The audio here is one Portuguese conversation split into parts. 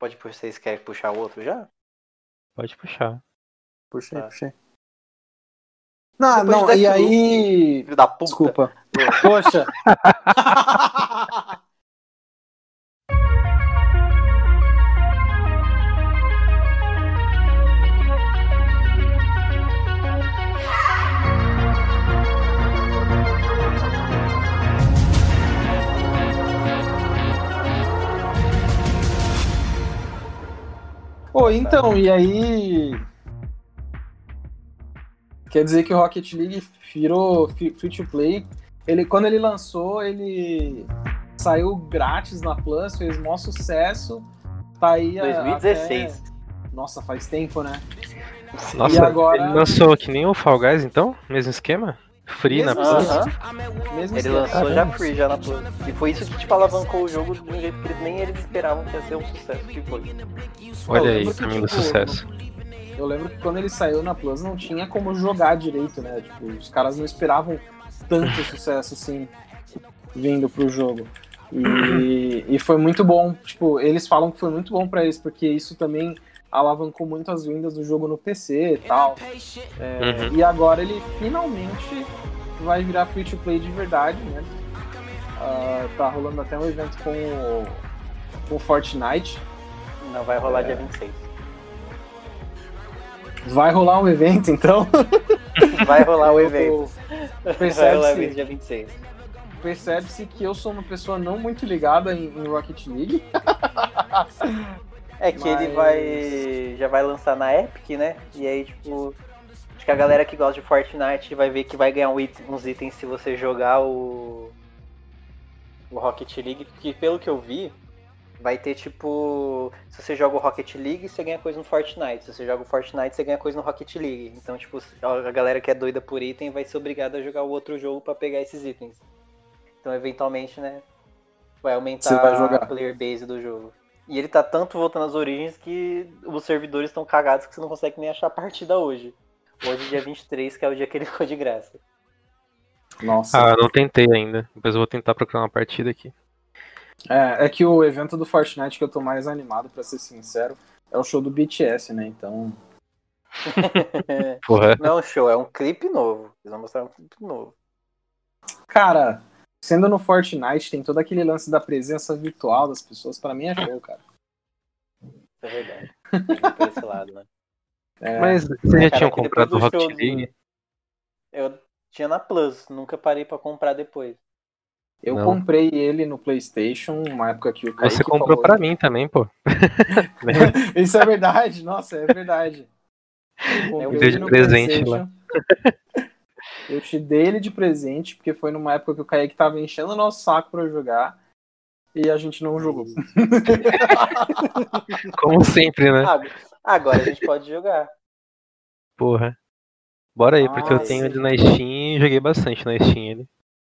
Vocês querem puxar o outro já? Pode puxar. Puxei. Não, Depois e de aí... Filho da puta. Desculpa. Poxa. Então, e aí... Quer dizer que o Rocket League virou free to play. Quando ele lançou, ele saiu grátis na Plus, fez maior sucesso. Tá aí 2016. Nossa, faz tempo, né? Nossa, e agora... ele lançou que nem o Fall Guys, então? Mesmo esquema? Free na Plus? Ele lançou já free, já na Plus. E foi isso que tipo alavancou o jogo de um jeito que nem eles esperavam que ia ser um sucesso que foi. Olha aí, caminho do sucesso. Eu lembro que quando ele saiu na Plus não tinha como jogar direito, né? Tipo, os caras não esperavam tanto sucesso assim vindo pro jogo. E foi muito bom. Tipo, eles falam que foi muito bom pra eles, porque isso também alavancou muito as vendas do jogo no PC e tal. E agora ele finalmente vai virar free to play de verdade, né? Tá rolando até um evento com o Fortnite. Não, vai rolar dia 26. Vai rolar um evento, então? Vai rolar o evento. Vai rolar o evento dia 26. Percebe-se que eu sou uma pessoa não muito ligada em Rocket League. É que ele já vai lançar na Epic, né? E aí, tipo, acho que a galera que gosta de Fortnite vai ver que vai ganhar uns itens se você jogar o Rocket League, porque pelo que eu vi, vai ter tipo, se você joga o Rocket League, você ganha coisa no Fortnite. Se você joga o Fortnite, você ganha coisa no Rocket League. Então, tipo, a galera que é doida por item vai ser obrigada a jogar o outro jogo pra pegar esses itens. Então, eventualmente, né, vai aumentar a player base do jogo. E ele tá tanto voltando às origens que os servidores estão cagados que você não consegue nem achar a partida hoje. Hoje, dia 23, que é o dia que ele ficou de graça. Nossa. Eu não tentei ainda. Depois eu vou tentar procurar uma partida aqui. É que o evento do Fortnite que eu tô mais animado, pra ser sincero, é o show do BTS, né? Então... Porra. Não é um show, é um clipe novo. Eles vão mostrar um clipe novo. Cara, sendo no Fortnite, tem todo aquele lance da presença virtual das pessoas. Pra mim é show, cara. Isso é verdade. Tem por esse lado, né? Mas vocês já tinham comprado o Rocket League? Eu tinha na Plus, nunca parei pra comprar depois. Eu comprei ele no PlayStation, uma época que o Kaique Você comprou falou... pra mim também, pô. Isso é verdade, nossa, é verdade. Eu dei de presente lá. Eu te dei ele de presente, porque foi numa época que o Kaique tava enchendo o nosso saco pra jogar e a gente não jogou. Como sempre, né? Agora a gente pode jogar. Porra. Bora aí, porque eu tenho ele na Steam e joguei bastante na Steam ele.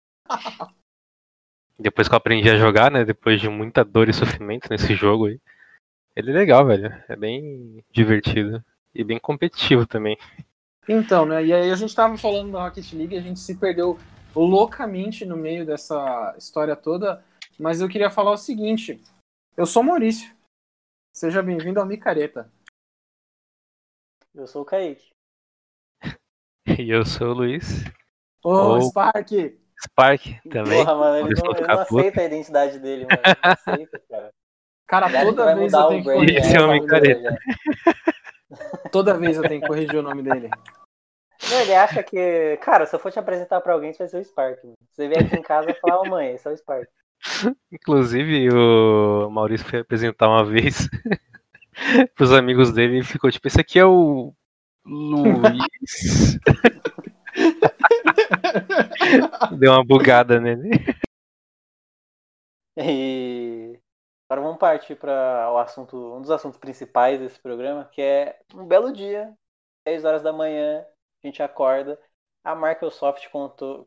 Depois que eu aprendi a jogar, né? Depois de muita dor e sofrimento nesse jogo aí. Ele é legal, velho. É bem divertido. E bem competitivo também. Então, né? E aí a gente tava falando da Rocket League, a gente se perdeu loucamente no meio dessa história toda. Mas eu queria falar o seguinte. Eu sou Maurício. Seja bem-vindo ao Micareta. Eu sou o Kaique. E eu sou o Luiz. Spark também. Porra, mano, ele não aceita a identidade dele, mano. Ele não aceita, cara. Cara, toda vez eu tenho que corrigir Esse é o Micareta. Toda vez eu tenho que corrigir o nome dele. Não, ele acha que... Cara, se eu for te apresentar pra alguém, você vai ser o Spark. Mano. Você vem aqui em casa e fala, mãe, esse é o Spark. Inclusive, o Maurício foi apresentar uma vez pros amigos dele e ficou tipo, esse aqui é o Luiz. Deu uma bugada nele. E agora vamos partir para um dos assuntos principais desse programa, que é um belo dia, 10 horas da manhã, a gente acorda, a Microsoft contou.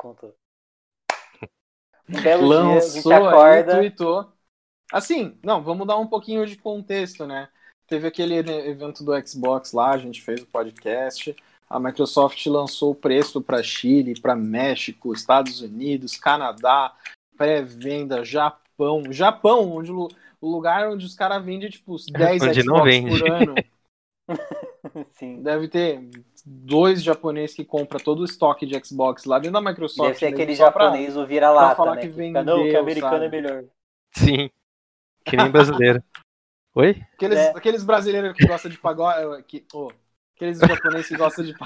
Um belo dia, a gente acorda. Tweetou. Assim, não, vamos dar um pouquinho de contexto, né? Teve aquele evento do Xbox lá, a gente fez o podcast. A Microsoft lançou o preço para Chile, para México, Estados Unidos, Canadá, pré-venda, Japão, onde o lugar onde os caras vendem, tipo, os 10 Onde não Xbox vende. por ano. Sim. Deve ter 2 japoneses que compram todo o estoque de Xbox lá dentro da Microsoft. Deve ser mesmo, aquele só japonês o pra vira-lata, falar né? que Que fica, não, que vendeu, americano é sabe? melhor. Sim, que nem brasileiro. Oi? Aqueles brasileiros que gostam de pagode. Aqueles japoneses que gostam de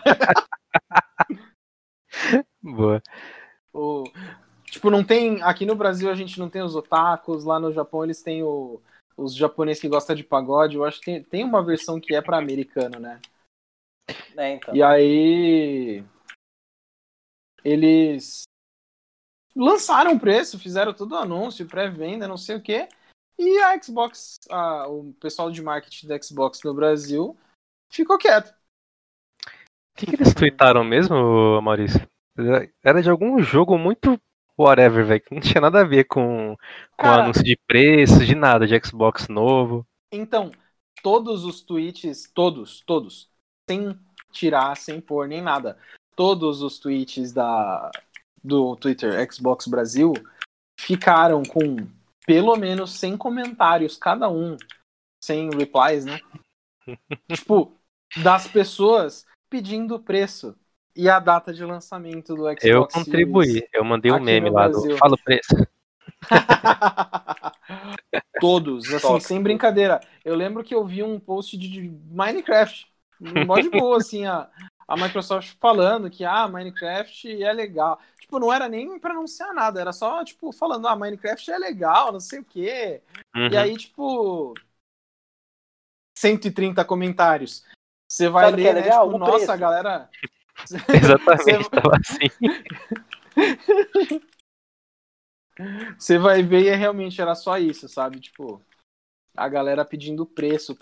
Boa. Tipo, não tem. Aqui no Brasil a gente não tem os otakus, lá no Japão eles têm os japoneses que gostam de pagode. Eu acho que tem uma versão que é pra americano, né? Então. E aí. Eles lançaram o preço, fizeram todo o anúncio, pré-venda, não sei o quê. E a Xbox, o pessoal de marketing da Xbox no Brasil ficou quieto. O que eles tweetaram mesmo, Maurício? Era de algum jogo muito whatever, velho, que não tinha nada a ver com Cara, anúncio de preço, de nada, de Xbox novo. então, todos os tweets, todos, sem tirar, sem pôr nem nada, todos os tweets do Twitter Xbox Brasil ficaram com pelo menos 100 comentários cada um, sem replies, né? Tipo, das pessoas pedindo o preço e a data de lançamento do Xbox Eu Series contribuí, eu mandei um aqui meme no lá do Brasil. Fala o preço. Todos, assim, Tóxico. sem brincadeira. Eu lembro que eu vi um post de Minecraft, mó de boa, assim, a Microsoft falando que Minecraft é legal. Tipo, não era nem pra anunciar nada, era só, tipo, falando, Minecraft é legal, não sei o quê. E aí, tipo, 130 comentários. Você vai Sabe o que é ler, né? legal? Tipo, O nossa, preço. a galera. Exatamente, tava assim. Você vai ver e realmente era só isso, sabe? Tipo, a galera pedindo preço.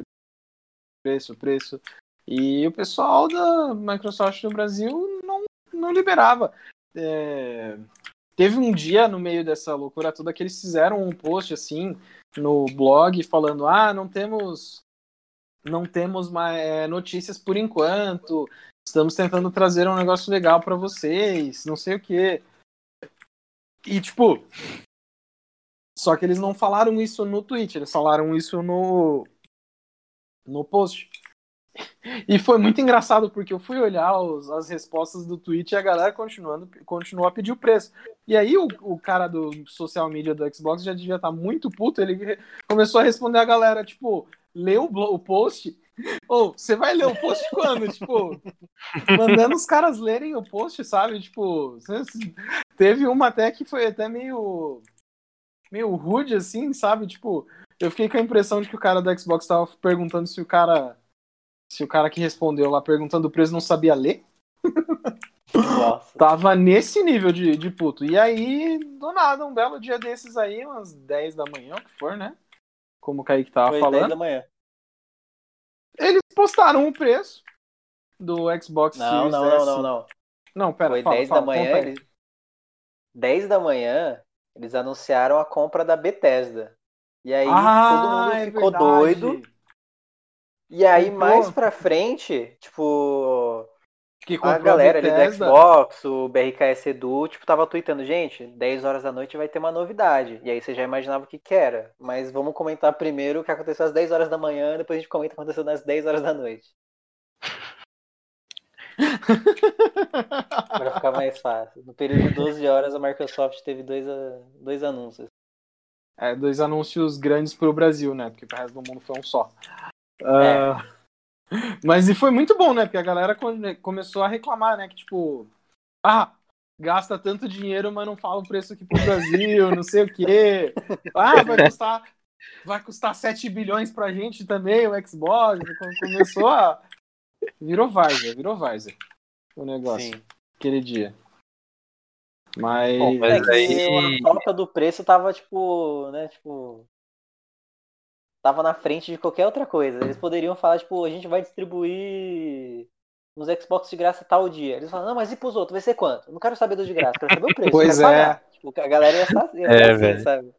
E o pessoal da Microsoft no Brasil não liberava. Teve um dia no meio dessa loucura toda que eles fizeram um post assim no blog falando: não temos mais notícias por enquanto. Estamos tentando trazer um negócio legal para vocês, não sei o quê. E tipo, só que eles não falaram isso no tweet, eles falaram isso no post. E foi muito engraçado, porque eu fui olhar as respostas do tweet e a galera continuou a pedir o preço. E aí o cara do social media do Xbox já devia estar muito puto, ele começou a responder a galera, tipo, leu o post? Você vai ler o post quando? Tipo, mandando os caras lerem o post, sabe? Tipo, teve uma até que foi até meio rude, assim, sabe? Tipo, eu fiquei com a impressão de que o cara do Xbox tava perguntando se o cara que respondeu lá perguntando o preço não sabia ler. Nossa. Tava nesse nível de puto. E aí, do nada, um belo dia desses aí, umas 10 da manhã, o que for, né? Como o Kaique tava Foi falando. 10 da manhã. Eles postaram o preço do Xbox Series S. Não, pera, Foi fala, 10 da conta manhã, aí. 10 da manhã, eles anunciaram a compra da Bethesda. E aí todo mundo ficou doido. E aí mais pra frente, tipo, que a galera ali do Xbox, o BRKS Edu, tipo, tava tweetando, gente, 10 horas da noite vai ter uma novidade. E aí você já imaginava o que era. Mas vamos comentar primeiro o que aconteceu às 10 horas da manhã, depois a gente comenta o que aconteceu nas 10 horas da noite. Pra ficar mais fácil. No período de 12 horas, a Microsoft teve dois anúncios. 2 anúncios grandes pro Brasil, né? Porque pro resto do mundo foi um só. Mas e foi muito bom, né? Porque a galera começou a reclamar, né? Que tipo, gasta tanto dinheiro, mas não fala o preço aqui pro Brasil, não sei o quê. Vai custar 7 bilhões pra gente também, o Xbox. Começou a... Virou várzea o negócio. Sim. Aquele dia. Mas... Bom, mas aí... A falta do preço tava, tipo, né, tipo... Tava na frente de qualquer outra coisa. Eles poderiam falar, tipo, a gente vai distribuir uns Xbox de graça tal dia. Eles falam, não, mas e pros outros? Vai ser quanto? Eu não quero saber do de graça, quero saber o preço. Pois quero pagar. Tipo, a galera ia ser assim, velho. sabe?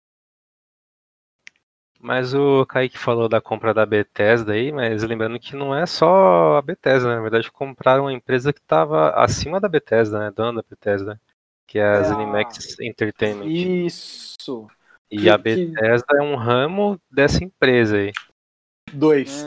Mas o Kaique falou da compra da Bethesda aí, mas lembrando que não é só a Bethesda, né? Na verdade compraram uma empresa que estava acima da Bethesda, né? Dona da Bethesda, que é a ZeniMax Entertainment. Isso! E a Bethesda é um ramo dessa empresa aí. 2.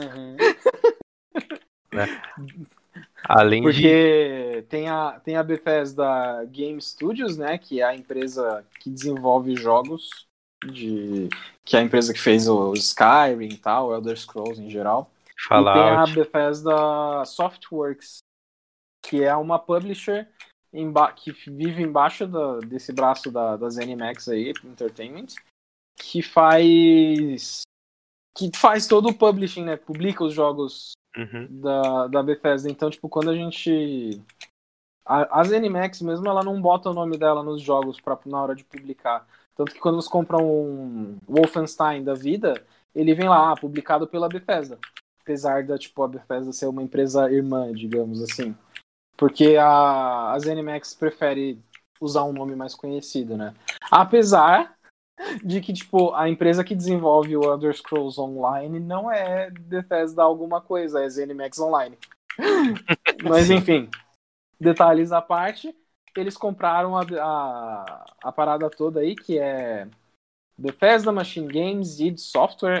Né? Além Porque tem a Bethesda Game Studios, né? Que é a empresa que desenvolve jogos. Que é a empresa que fez o Skyrim e tal, Elder Scrolls em geral. Fallout. E tem a Bethesda Softworks, que é uma publisher que vive embaixo desse braço da ZeniMax aí, Entertainment, que faz todo o publishing, né? Publica os jogos da Bethesda. Então, tipo, quando a gente... A ZeniMax mesmo, ela não bota o nome dela nos jogos na hora de publicar. Tanto que quando você compra um Wolfenstein da vida, ele vem lá, publicado pela Bethesda. Apesar da, tipo, a Bethesda ser uma empresa irmã, digamos assim. Porque a ZeniMax prefere usar um nome mais conhecido, né? Apesar de que, tipo, a empresa que desenvolve o Elder Scrolls Online não é Bethesda alguma coisa, é ZeniMax Online. Mas, enfim, detalhes à parte, eles compraram a parada toda aí, que é Bethesda, Machine Games, id Software,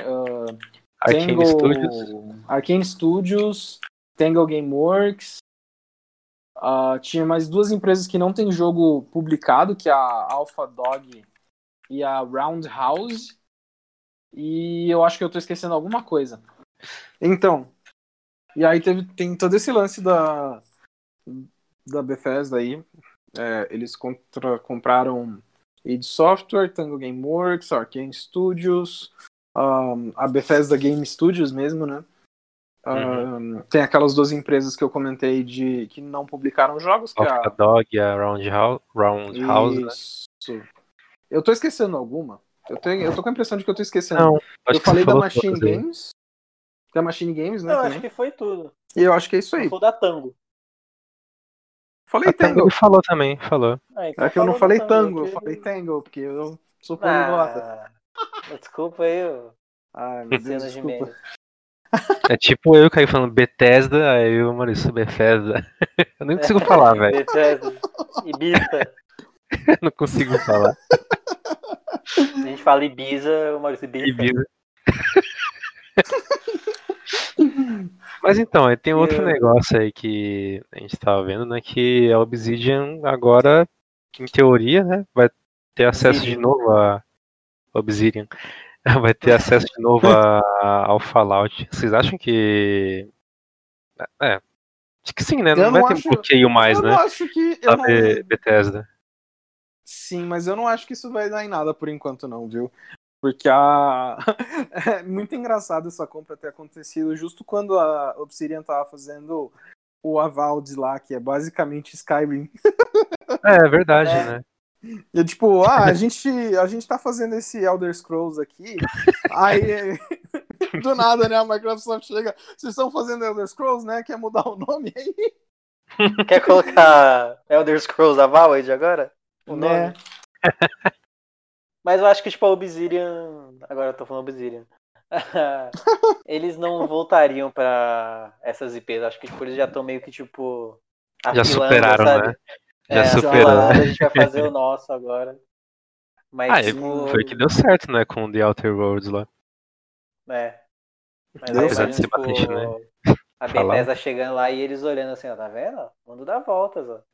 Arcane Studios, Tango Gameworks. Tinha mais duas empresas que não tem jogo publicado, que é a Alpha Dog e a Roundhouse. E eu acho que eu tô esquecendo alguma coisa. Então, e aí tem todo esse lance da Bethesda aí. Eles compraram id Software, Tango Gameworks, Arcane Studios, a Bethesda Game Studios mesmo, né? Tem aquelas duas empresas que eu comentei que não publicaram jogos, que é a Dog e a Roundhouse. Isso. Né? Eu tô esquecendo alguma? Eu tô com a impressão de que eu tô esquecendo. Não, eu falei da Machine Games. Da Machine Games, né? Eu acho que foi tudo. E eu acho que é isso aí. Eu da Tango. Falei Tango. Ele falou também, falou. Então é que eu não falei Tango, eu falei Tango, porque eu sou poliglota. Desculpa aí, meu Deus, desculpa. É tipo eu caí falando Bethesda, aí o Maurício, Bethesda. Eu nem consigo falar, velho. Bethesda, Ibiza. Não consigo falar. A gente fala Ibiza, o Maurício Ibiza. Mas então, aí tem outro negócio aí que a gente tava vendo, né? Que a Obsidian agora, em teoria, né? Vai ter acesso de novo a Obsidian. Vai ter acesso de novo ao Fallout. Vocês acham que... Acho que sim, né? Não vai ter bloqueio mais, né? Eu acho que... Bethesda. Sim, mas eu não acho que isso vai dar em nada por enquanto não, viu? Porque é muito engraçado essa compra ter acontecido justo quando a Obsidian tava fazendo o Avowed lá, que é basicamente Skyrim. É verdade, né? E tipo, a gente tá fazendo esse Elder Scrolls aqui, aí do nada, né, a Microsoft chega, vocês estão fazendo Elder Scrolls, né, quer mudar o nome aí? Quer colocar Elder Scrolls Avowed agora? O nome? Mas eu acho que, tipo, a Obsidian... Agora eu tô falando Obsidian. Eles não voltariam pra essas IPs. Acho que, tipo, eles já estão meio que, tipo... Já superaram, sabe? né? Já superaram. A gente vai fazer o nosso agora. Mas, tipo... Foi que deu certo, né? Com The Outer Worlds lá. Mas apesar de ser bastante, né? A Bethesda chegando lá e eles olhando assim, ó, tá vendo? Mundo dá voltas, ó.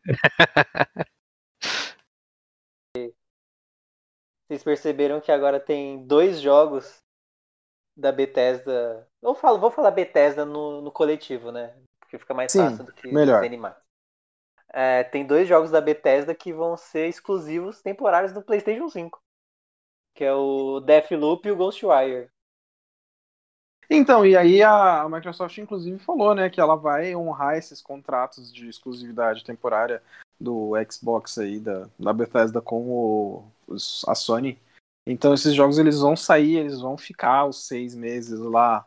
Vocês perceberam que agora tem 2 jogos da Bethesda. Vou falar Bethesda no coletivo, né? Porque fica mais fácil do que ZeniMax. Tem 2 jogos da Bethesda que vão ser exclusivos temporários do PlayStation 5. Que é o Deathloop e o Ghostwire. Então, e aí a Microsoft inclusive falou, né, que ela vai honrar esses contratos de exclusividade temporária do Xbox aí, da Bethesda com a Sony. Então esses jogos eles vão sair, eles vão ficar os 6 meses lá,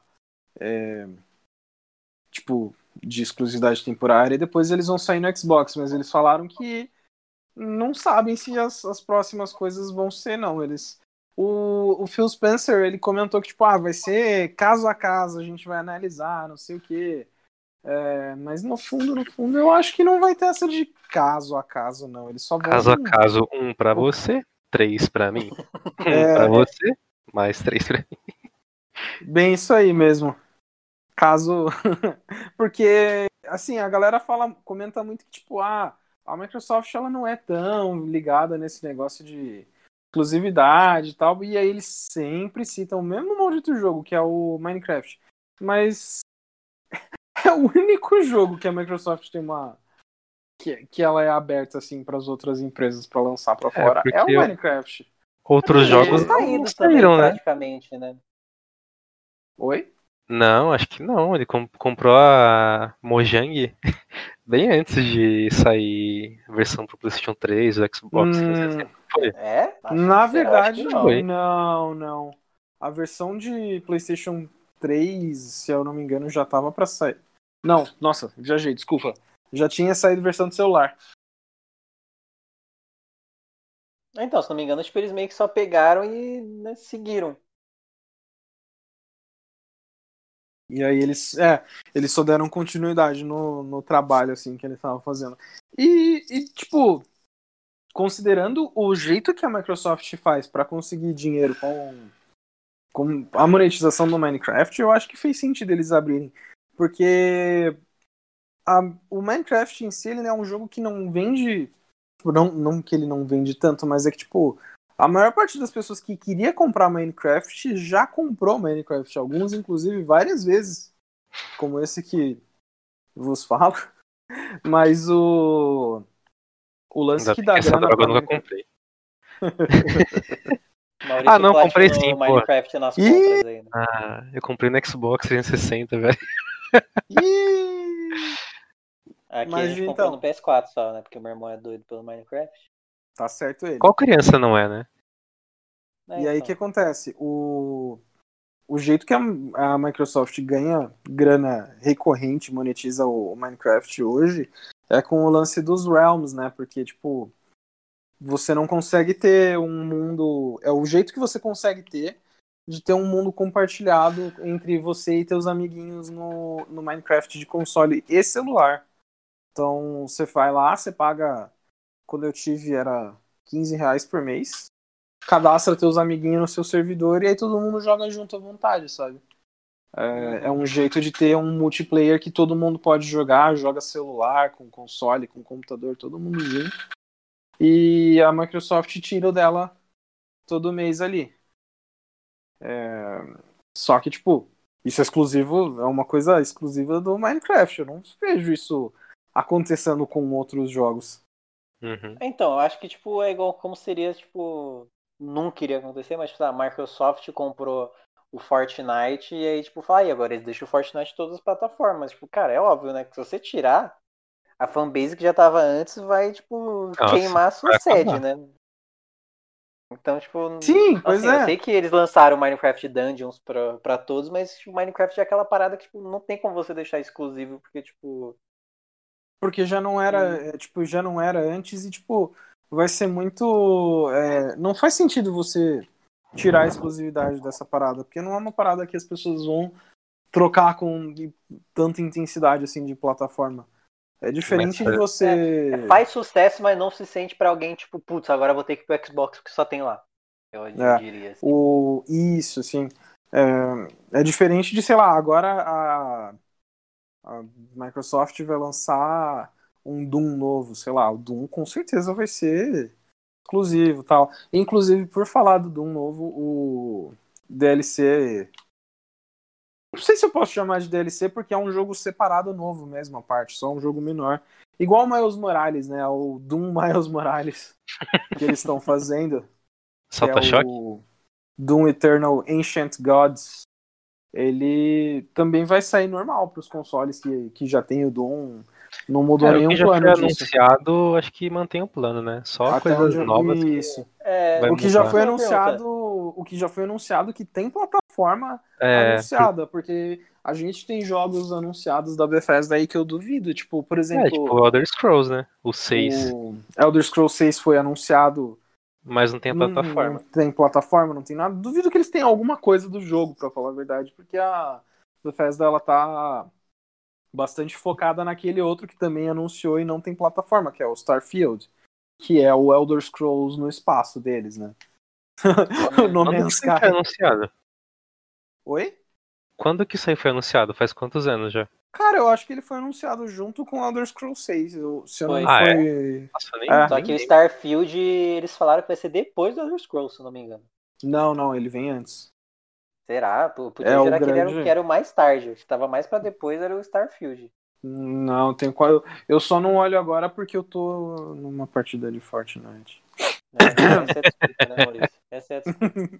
tipo, de exclusividade temporária, e depois eles vão sair no Xbox, mas eles falaram que não sabem se as próximas coisas vão ser, não. O Phil Spencer, ele comentou que, tipo, vai ser caso a caso, a gente vai analisar, não sei o quê. Mas no fundo, eu acho que não vai ter essa de caso a caso, não. Eles só vão... Caso a caso, um pra você, 3 pra mim. É. Pra você, mais 3 pra mim. Bem isso aí mesmo. Caso. Porque, assim, a galera comenta muito que, tipo, a Microsoft ela não é tão ligada nesse negócio de exclusividade e tal. E aí eles sempre citam o mesmo maldito jogo, que é o Minecraft. Mas é o único jogo que a Microsoft tem uma. Que ela é aberta, assim, para as outras empresas para lançar para fora. É o Porque Minecraft. outros Ele já tinha jogos não saído também, saíram, né? praticamente, né? Oi? Não, acho que não. Ele comprou a Mojang bem antes de sair a versão pro PlayStation 3, o Xbox 360. Foi. É? Na Será? Acho que verdade, não. Foi. não. A versão de PlayStation 3, se eu não me engano, já tava pra sair. Não, nossa, viajei, desculpa. Já tinha saído versão de celular. Então, se não me engano, tipo, eles meio que só pegaram e, né, seguiram. E aí eles só deram continuidade no trabalho, assim, que eles estavam fazendo. Tipo, considerando o jeito que a Microsoft faz pra conseguir dinheiro com a monetização do Minecraft, eu acho que fez sentido eles abrirem. Porque o Minecraft em si, ele é um jogo que não vende. Não que ele não vende tanto, mas é que, tipo, a maior parte das pessoas que queria comprar Minecraft já comprou Minecraft. Alguns, inclusive, várias vezes. Como esse que vos falo. Mas o lance Ainda que bem que dá essa grana droga pra eu nunca Minecraft. comprei. Ah, Maurício não, comprei sim, platinou pô. Minecraft nas Ih! compras aí, né? Ah, eu comprei no Xbox 360, velho. Ih! Aqui a Mas gente comprou no então, PS4 só, né? Porque o meu irmão é doido pelo Minecraft. tá certo ele. Qual criança não é, né? E aí o que Então. acontece? O jeito que a Microsoft ganha grana recorrente, monetiza o Minecraft hoje, é com o lance dos Realms, né? Porque, tipo, você não consegue ter um mundo. É o jeito que você consegue ter de ter um mundo compartilhado entre você e teus amiguinhos no Minecraft de console e celular. Então, você vai lá, você paga. Quando eu tive, era R$ 15 por mês. Cadastra teus amiguinhos no seu servidor e aí todo mundo joga junto à vontade, sabe? É um jeito de ter um multiplayer que todo mundo pode jogar, joga celular, com console, com computador, todo mundo junto. E a Microsoft tira o dela todo mês ali. Só que, tipo, isso é exclusivo, é uma coisa exclusiva do Minecraft. Eu não vejo isso acontecendo com outros jogos. Uhum. Então, eu acho que, tipo, é igual como seria, tipo, nunca iria acontecer, mas, tipo, a Microsoft comprou o Fortnite e aí, tipo, fala, e agora eles deixam o Fortnite em todas as plataformas. Tipo, cara, é óbvio, né? Que se você tirar, a fanbase que já tava antes vai, tipo, Nossa, queimar a sua vai sede, acabar. né? Então, tipo, Sim, pois assim, eu é. sei que eles lançaram o Minecraft Dungeons pra todos, mas tipo, o Minecraft é aquela parada que, tipo, não tem como você deixar exclusivo, porque, tipo. Porque já não era, tipo, já não era antes e, tipo, vai ser muito. Não faz sentido você tirar a exclusividade dessa parada, porque não é uma parada que as pessoas vão trocar com tanta intensidade assim de plataforma. É Mas diferente de É, você. faz sucesso, mas não se sente pra alguém, tipo, putz, agora eu vou ter que ir pro Xbox que só tem lá. Eu É, diria, assim. isso, assim. É diferente de, sei lá, agora a Microsoft vai lançar um Doom novo, sei lá, o Doom com certeza vai ser exclusivo tal. Inclusive, por falar do Doom novo, o DLC. Não sei se eu posso chamar de DLC porque é um jogo separado novo mesmo, a parte, só um jogo menor. Igual o Miles Morales, né? O Doom Miles Morales que eles estão fazendo, que é solta choque? o Doom Eternal Ancient Gods. Ele também vai sair normal para os consoles que já tem o Doom. Não mudou O que nenhum já plano foi disso. anunciado, acho que mantém o plano, né? Só Até coisas onde novas que isso. É, vai O que já mudar. foi uma pergunta. anunciado, que tem plataforma É, anunciada, porque a gente tem jogos anunciados da Bethesda aí que eu duvido, tipo, por tipo exemplo, o Elder Scrolls, né? O 6, o Elder Scrolls 6 foi anunciado, mas não tem a não plataforma. tem plataforma, não tem nada. Duvido que eles tenham alguma coisa do jogo, pra falar a verdade, porque a Bethesda ela tá bastante focada naquele outro que também anunciou e não tem plataforma, que é o Starfield. que é o Elder Scrolls no espaço deles, né? No Quando que Man's isso aí foi Sky. anunciado? Oi? Quando que isso aí foi anunciado? Faz quantos anos já? Cara, eu acho que ele foi anunciado junto com Elder Scrolls 6. Se eu não Foi. Ah, foi. Nossa, eu É. Só que o Starfield, eles falaram que vai ser depois do Elder Scrolls, se eu não me engano. Não, ele vem antes. Será? Podia É o jurar que ele grande. era o mais tarde. O que tava mais pra depois era o Starfield. Não, tem qual. Eu só não olho agora porque eu tô numa partida de Fortnite. Essa é a desculpa, né, Maurício? Essa é a desculpa.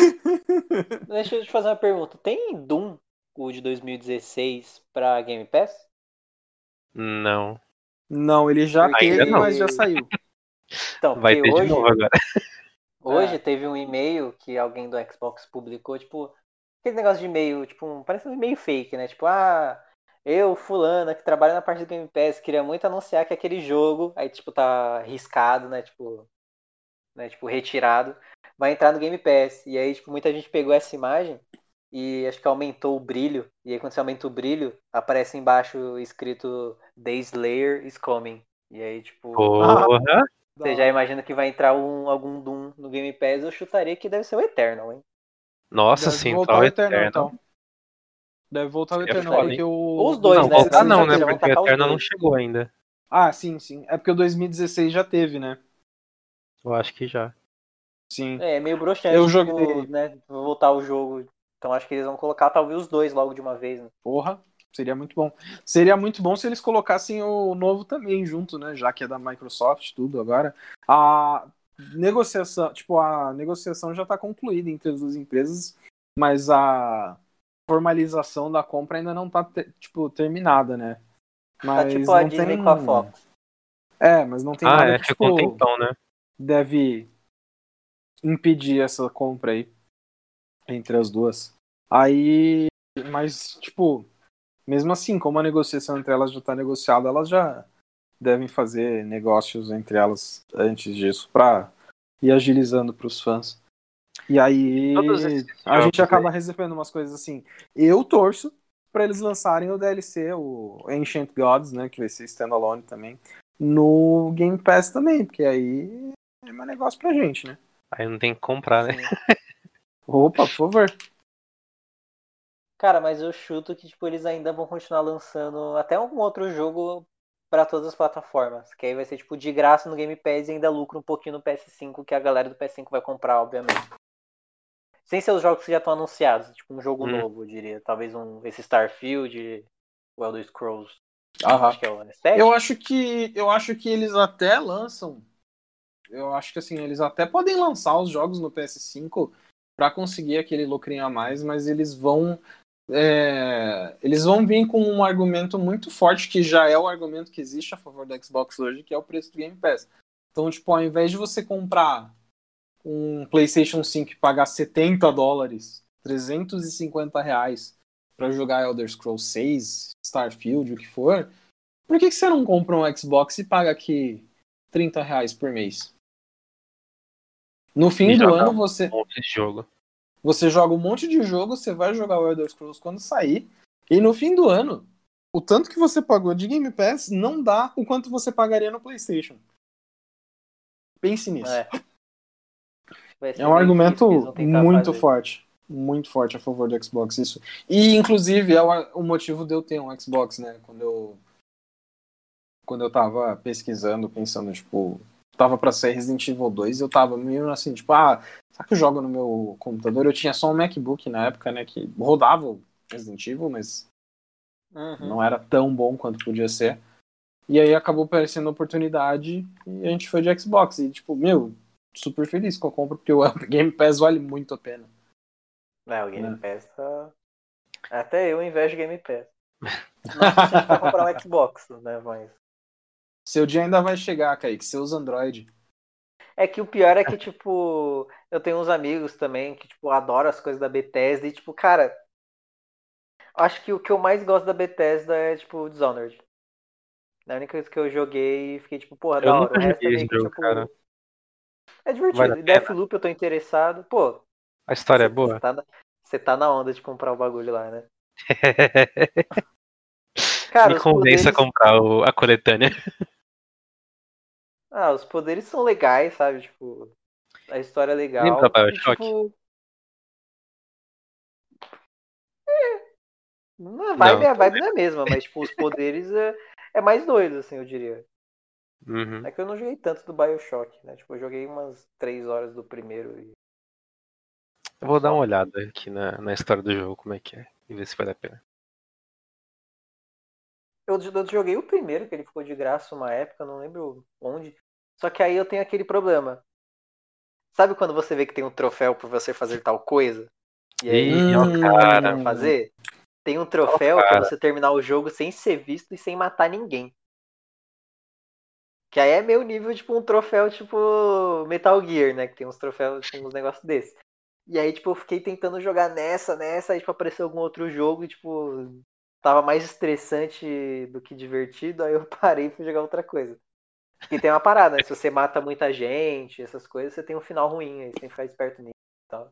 Deixa eu te fazer uma pergunta. Tem Doom, o de 2016, pra Game Pass? Não. Não, ele já Porque- teve, mas já saiu. Então, Vai porque ter de hoje, novo agora. hoje teve um e-mail que alguém do Xbox publicou, tipo, aquele negócio de e-mail, tipo, parece um e-mail fake, né? Tipo, eu, fulana, que trabalha na parte do Game Pass, queria muito anunciar que aquele jogo, aí, tipo, tá riscado, né? Tipo, retirado, vai entrar no Game Pass. E aí, tipo, muita gente pegou essa imagem e acho que aumentou o brilho. E aí, quando você aumenta o brilho, aparece embaixo escrito The Slayer is coming. E aí, tipo, Porra. você já imagina que vai entrar algum Doom no Game Pass. Eu chutaria que deve ser o Eternal, hein? Nossa, Deve sim, voltar tá o o Eternal, Eterno. então. Deve voltar o Seria Eternal, foda, porque hein? Ou o os dois, Não, né? voltar não, 2016 né? Já vão Porque o tacar os Eterno não dois. chegou ainda. Ah, sim. É porque o 2016 já teve, né? Eu acho que já. Sim. É meio Eu broxante, tipo, joguei. né? Voltar o jogo. Então acho que eles vão colocar talvez os dois logo de uma vez, né? Porra, seria muito bom. Seria muito bom se eles colocassem o novo também junto, né? Já que é da Microsoft, tudo agora. A negociação já está concluída entre as duas empresas, mas a formalização da compra ainda não está terminada, né? Tá Mas tipo a não Disney tem. com a Fox. Mas não tem Ah, nada é, que, ficou um tipo, tempão, né? deve impedir essa compra aí entre as duas. Aí, mas, tipo, mesmo assim, como a negociação entre elas já está negociada, elas já devem fazer negócios entre elas antes disso para ir agilizando para os fãs. E Todos aí esses a gente jogos acaba recebendo umas coisas assim. Eu torço para eles lançarem o DLC, o Ancient Gods, né, que vai ser standalone também, no Game Pass também, porque aí é mais negócio pra gente, né? aí não tem que comprar, né? Sim. Opa, por favor. Cara, mas eu chuto que tipo, eles ainda vão continuar lançando até algum outro jogo pra todas as plataformas. Que aí vai ser tipo de graça no Game Pass e ainda lucra um pouquinho no PS5, que a galera do PS5 vai comprar, obviamente. Sem ser os jogos que já estão anunciados, tipo um jogo novo, eu diria. Talvez esse Starfield, o Elder Scrolls. Aham. Acho que é o 7. Eu acho que eles até lançam. Eu acho que assim, eles até podem lançar os jogos no PS5 para conseguir aquele lucrinho a mais, mas eles vão vir com um argumento muito forte, que já é o argumento que existe a favor do Xbox hoje, que é o preço do Game Pass. Então, tipo, ao invés de você comprar um PlayStation 5 e pagar $70, R$ 350 para jogar Elder Scrolls 6, Starfield, o que for, por que você não compra um Xbox e paga aqui R$ 30 por mês? No fim E do jogar ano, um você monte de jogo. joga um monte de jogo, você vai jogar o Elder Scrolls quando sair, e no fim do ano, o tanto que você pagou de Game Pass não dá o quanto você pagaria no PlayStation. Pense nisso. Vai É ser um meio que isso que eles argumento vão tentar fazer. muito forte a favor do Xbox isso. E inclusive é o motivo de eu ter um Xbox, né? Quando eu tava pesquisando, pensando, tipo, tava pra sair Resident Evil 2, eu tava meio assim, tipo, será que eu jogo no meu computador? Eu tinha só um MacBook na época, né, que rodava o Resident Evil, mas não era tão bom quanto podia ser. E aí acabou aparecendo a oportunidade e a gente foi de Xbox. E, tipo, super feliz com a compra, porque o Game Pass vale muito a pena. O Game Né? Pass tá... Até eu invejo Game Pass. Não suficiente pra comprar um Xbox, né? Mas... Seu dia ainda vai chegar, Kaique. Você usa Android. É que o pior é que, tipo, eu tenho uns amigos também que, tipo, adoram as coisas da Bethesda e, tipo, cara, acho que o que eu mais gosto da Bethesda é, tipo, Dishonored. É a única coisa que eu joguei e fiquei, tipo, porra, Eu da hora. O nunca resto é joguei esse meio que, jogo, cara. tipo, é Vale a divertido. E pena? Deathloop eu tô interessado. Pô, A história é boa? você tá na onda de comprar o bagulho lá, né? Cara, Me os convença a poderes... comprar a coletânea. Ah, os poderes são legais, sabe? Tipo, a história é Lembra legal. E BioShock? tipo, Não, a vibe não é a mesma, mas tipo, os poderes é mais doido, assim, eu diria. uhum. É que eu não joguei tanto do BioShock, né? Tipo, eu joguei umas 3 horas do primeiro e Eu vou dar uma só. olhada aqui na história do jogo, como é que é, e ver se vale a pena. Eu joguei o primeiro, que ele ficou de graça uma época, não lembro onde. Só que aí eu tenho aquele problema. Sabe quando você vê que tem um troféu por você fazer tal coisa? E aí Ih, ó, você clica pra cara, fazer? Tem um ó, troféu que é cara. você terminar o jogo sem ser visto e sem matar ninguém. Que aí é meu nível, tipo, um troféu tipo Metal Gear, né? Que tem uns troféus, tipo, uns negócios desses. E aí, tipo, eu fiquei tentando jogar nessa, aí, tipo, apareceu algum outro jogo e, tipo, tava mais estressante do que divertido, aí eu parei e fui jogar outra coisa. Porque tem uma parada, né? Se você mata muita gente, essas coisas, você tem um final ruim, aí você tem que ficar esperto nisso e tal.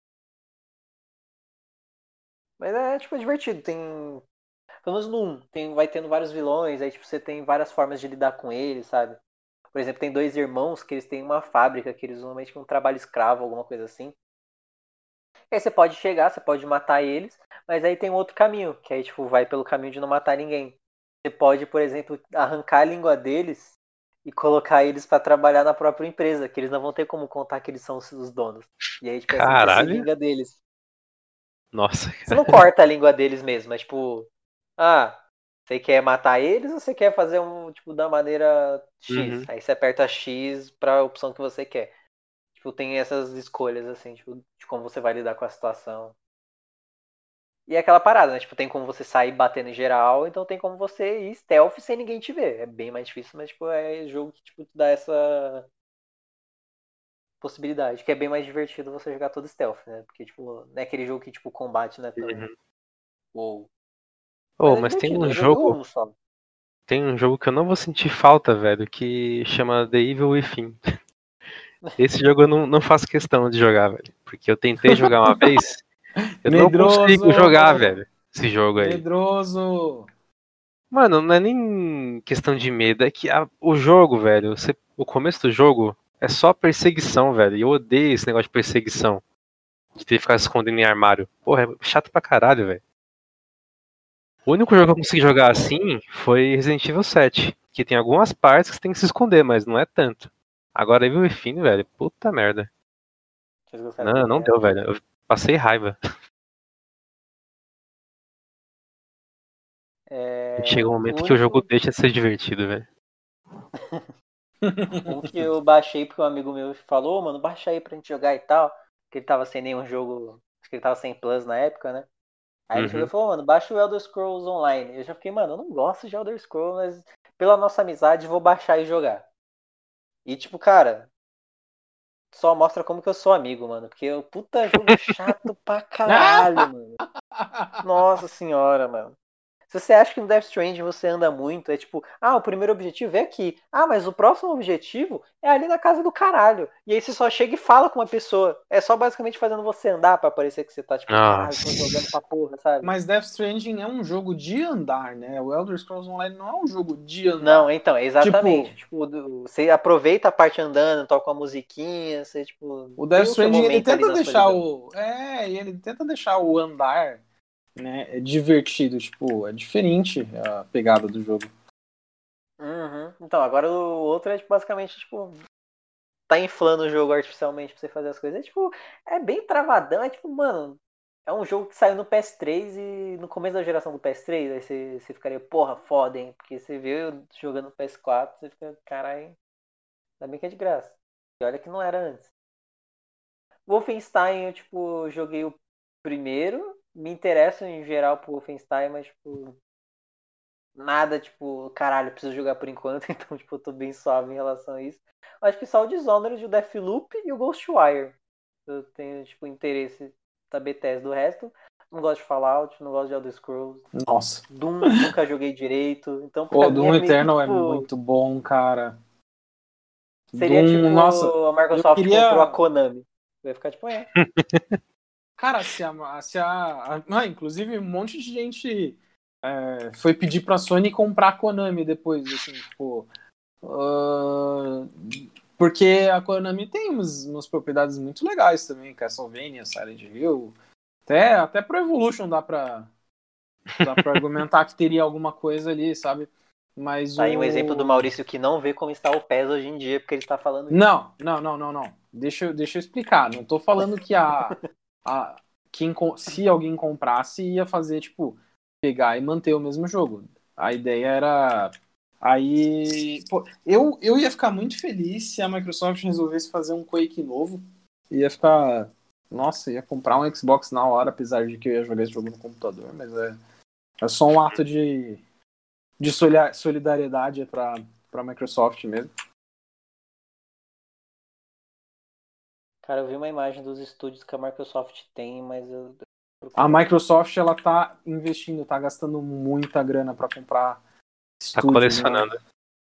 Mas é, tipo, divertido. Tem. Pelo menos no 1, vai tendo vários vilões, aí, tipo, você tem várias formas de lidar com eles, sabe? Por exemplo, tem dois irmãos que eles têm uma fábrica, que eles normalmente têm um trabalho escravo, alguma coisa assim. E aí você pode chegar, você pode matar eles, mas aí tem um outro caminho, que aí, tipo, vai pelo caminho de não matar ninguém. Você pode, por exemplo, arrancar a língua deles e colocar eles pra trabalhar na própria empresa, que eles não vão ter como contar que eles são os donos. E aí, tipo, essa vai ser a Caralho. seringa deles. Nossa, Você não cara. corta a língua deles mesmo, mas tipo, ah, você quer matar eles ou você quer fazer um, tipo, da maneira X? Uhum. Aí você aperta X pra opção que você quer. Tipo, tem essas escolhas, assim, tipo, de como você vai lidar com a situação. E é aquela parada, né? Tipo, tem como você sair batendo em geral, então tem como você ir stealth sem ninguém te ver. É bem mais difícil, mas, tipo, é jogo que, tipo, te dá essa possibilidade, que é bem mais divertido você jogar todo stealth, né? Porque, tipo, não é aquele jogo que, tipo, o combate não é tão Uhum. wow. Mas Oh, é mas divertido, eu joguei o 1 só. tem um jogo que eu não vou sentir falta, velho, que chama The Evil Within. Esse jogo eu não faço questão de jogar, velho, porque eu tentei jogar uma vez, eu não consigo jogar, Medroso! velho, esse jogo aí. Medroso! Mano, não é nem questão de medo, é que o jogo, velho, o começo do jogo é só perseguição, velho, e eu odeio esse negócio de perseguição, de ter que ficar se escondendo em armário. Porra, é chato pra caralho, velho. O único jogo que eu consegui jogar assim foi Resident Evil 7, que tem algumas partes que você tem que se esconder, mas não é tanto. Agora Evil Within, velho, puta merda. Vocês gostaram do Não, não deu, tema? velho. Eu passei raiva. Chega um O momento que o jogo único. deixa de ser divertido, velho. Um que eu baixei porque um amigo meu falou, mano, baixa aí pra gente jogar e tal. Que ele tava sem nenhum jogo. Acho que ele tava sem Plus na época, né? Aí ele chegou e Uhum. falou, mano, baixa o Elder Scrolls Online. Eu já fiquei, mano, eu não gosto de Elder Scrolls, mas pela nossa amizade vou baixar e jogar. E tipo, cara, só mostra como que eu sou amigo, mano. Porque o puta jogo chato pra caralho, mano. Nossa senhora, mano. Se você acha que no Death Stranding você anda muito, é tipo, o primeiro objetivo é aqui. Mas o próximo objetivo é ali na casa do caralho. E aí você só chega e fala com uma pessoa. É só basicamente fazendo você andar pra parecer que você tá tipo, caralho, tô jogando Nossa. pra porra, sabe? Mas Death Stranding é um jogo de andar, né? O Elder Scrolls Online não é um jogo de Não, andar. então, Tipo, exatamente. Tipo, você aproveita a parte andando, toca uma musiquinha, você, tipo, o Death tem o seu Stranding ele momento ali tenta na deixar solidão. o. É, e ele tenta deixar o andar, né, divertido. Tipo, é diferente a pegada do jogo. Uhum. Então, agora o outro é tipo, basicamente, tipo, tá inflando o jogo artificialmente pra você fazer as coisas. É tipo, é bem travadão, é tipo, mano, é um jogo que saiu no PS3 e no começo da geração do PS3, aí você ficaria, porra, foda, hein? Porque você vê eu jogando no PS4, você fica, caralho, ainda bem que é de graça. E olha que não era antes. Wolfenstein, eu, tipo, joguei o primeiro, me interesso em geral por Wolfenstein, mas, tipo, nada, tipo, caralho, preciso jogar por enquanto, então, tipo, eu tô bem suave em relação a isso. Acho que só o Dishonored, o Deathloop e o Ghostwire. Eu tenho, tipo, interesse da Bethesda. Do resto, não gosto de Fallout, não gosto de Elder Scrolls. Nossa. Doom, nunca joguei direito. Então, pra O mim, é Doom meio que, Eternal é tipo... muito bom, cara. Seria, Doom, nossa, tipo, a eu Microsoft comprou a queria. Konami. Vai ficar, tipo, Cara, inclusive um monte de gente foi pedir pra Sony comprar a Konami depois, assim, tipo. Porque a Konami tem umas propriedades muito legais também, Castlevania, Silent Hill, até pro Evolution dá pra argumentar que teria alguma coisa ali, sabe? Mas Tá aí um exemplo do Maurício que não vê como está o PES hoje em dia, porque ele está falando isso. Não. Deixa eu explicar. Não tô falando que se alguém comprasse, ia fazer, tipo, pegar e manter o mesmo jogo. A ideia era... Aí... Pô, eu ia ficar muito feliz se a Microsoft resolvesse fazer um Quake novo. Ia ficar... Nossa, ia comprar um Xbox na hora, apesar de que eu ia jogar esse jogo no computador, mas é só um ato de solidariedade pra Microsoft mesmo. Cara, eu vi uma imagem dos estúdios que a Microsoft tem, mas A Microsoft, ela tá investindo, tá gastando muita grana pra comprar estúdio. Tá colecionando. Né?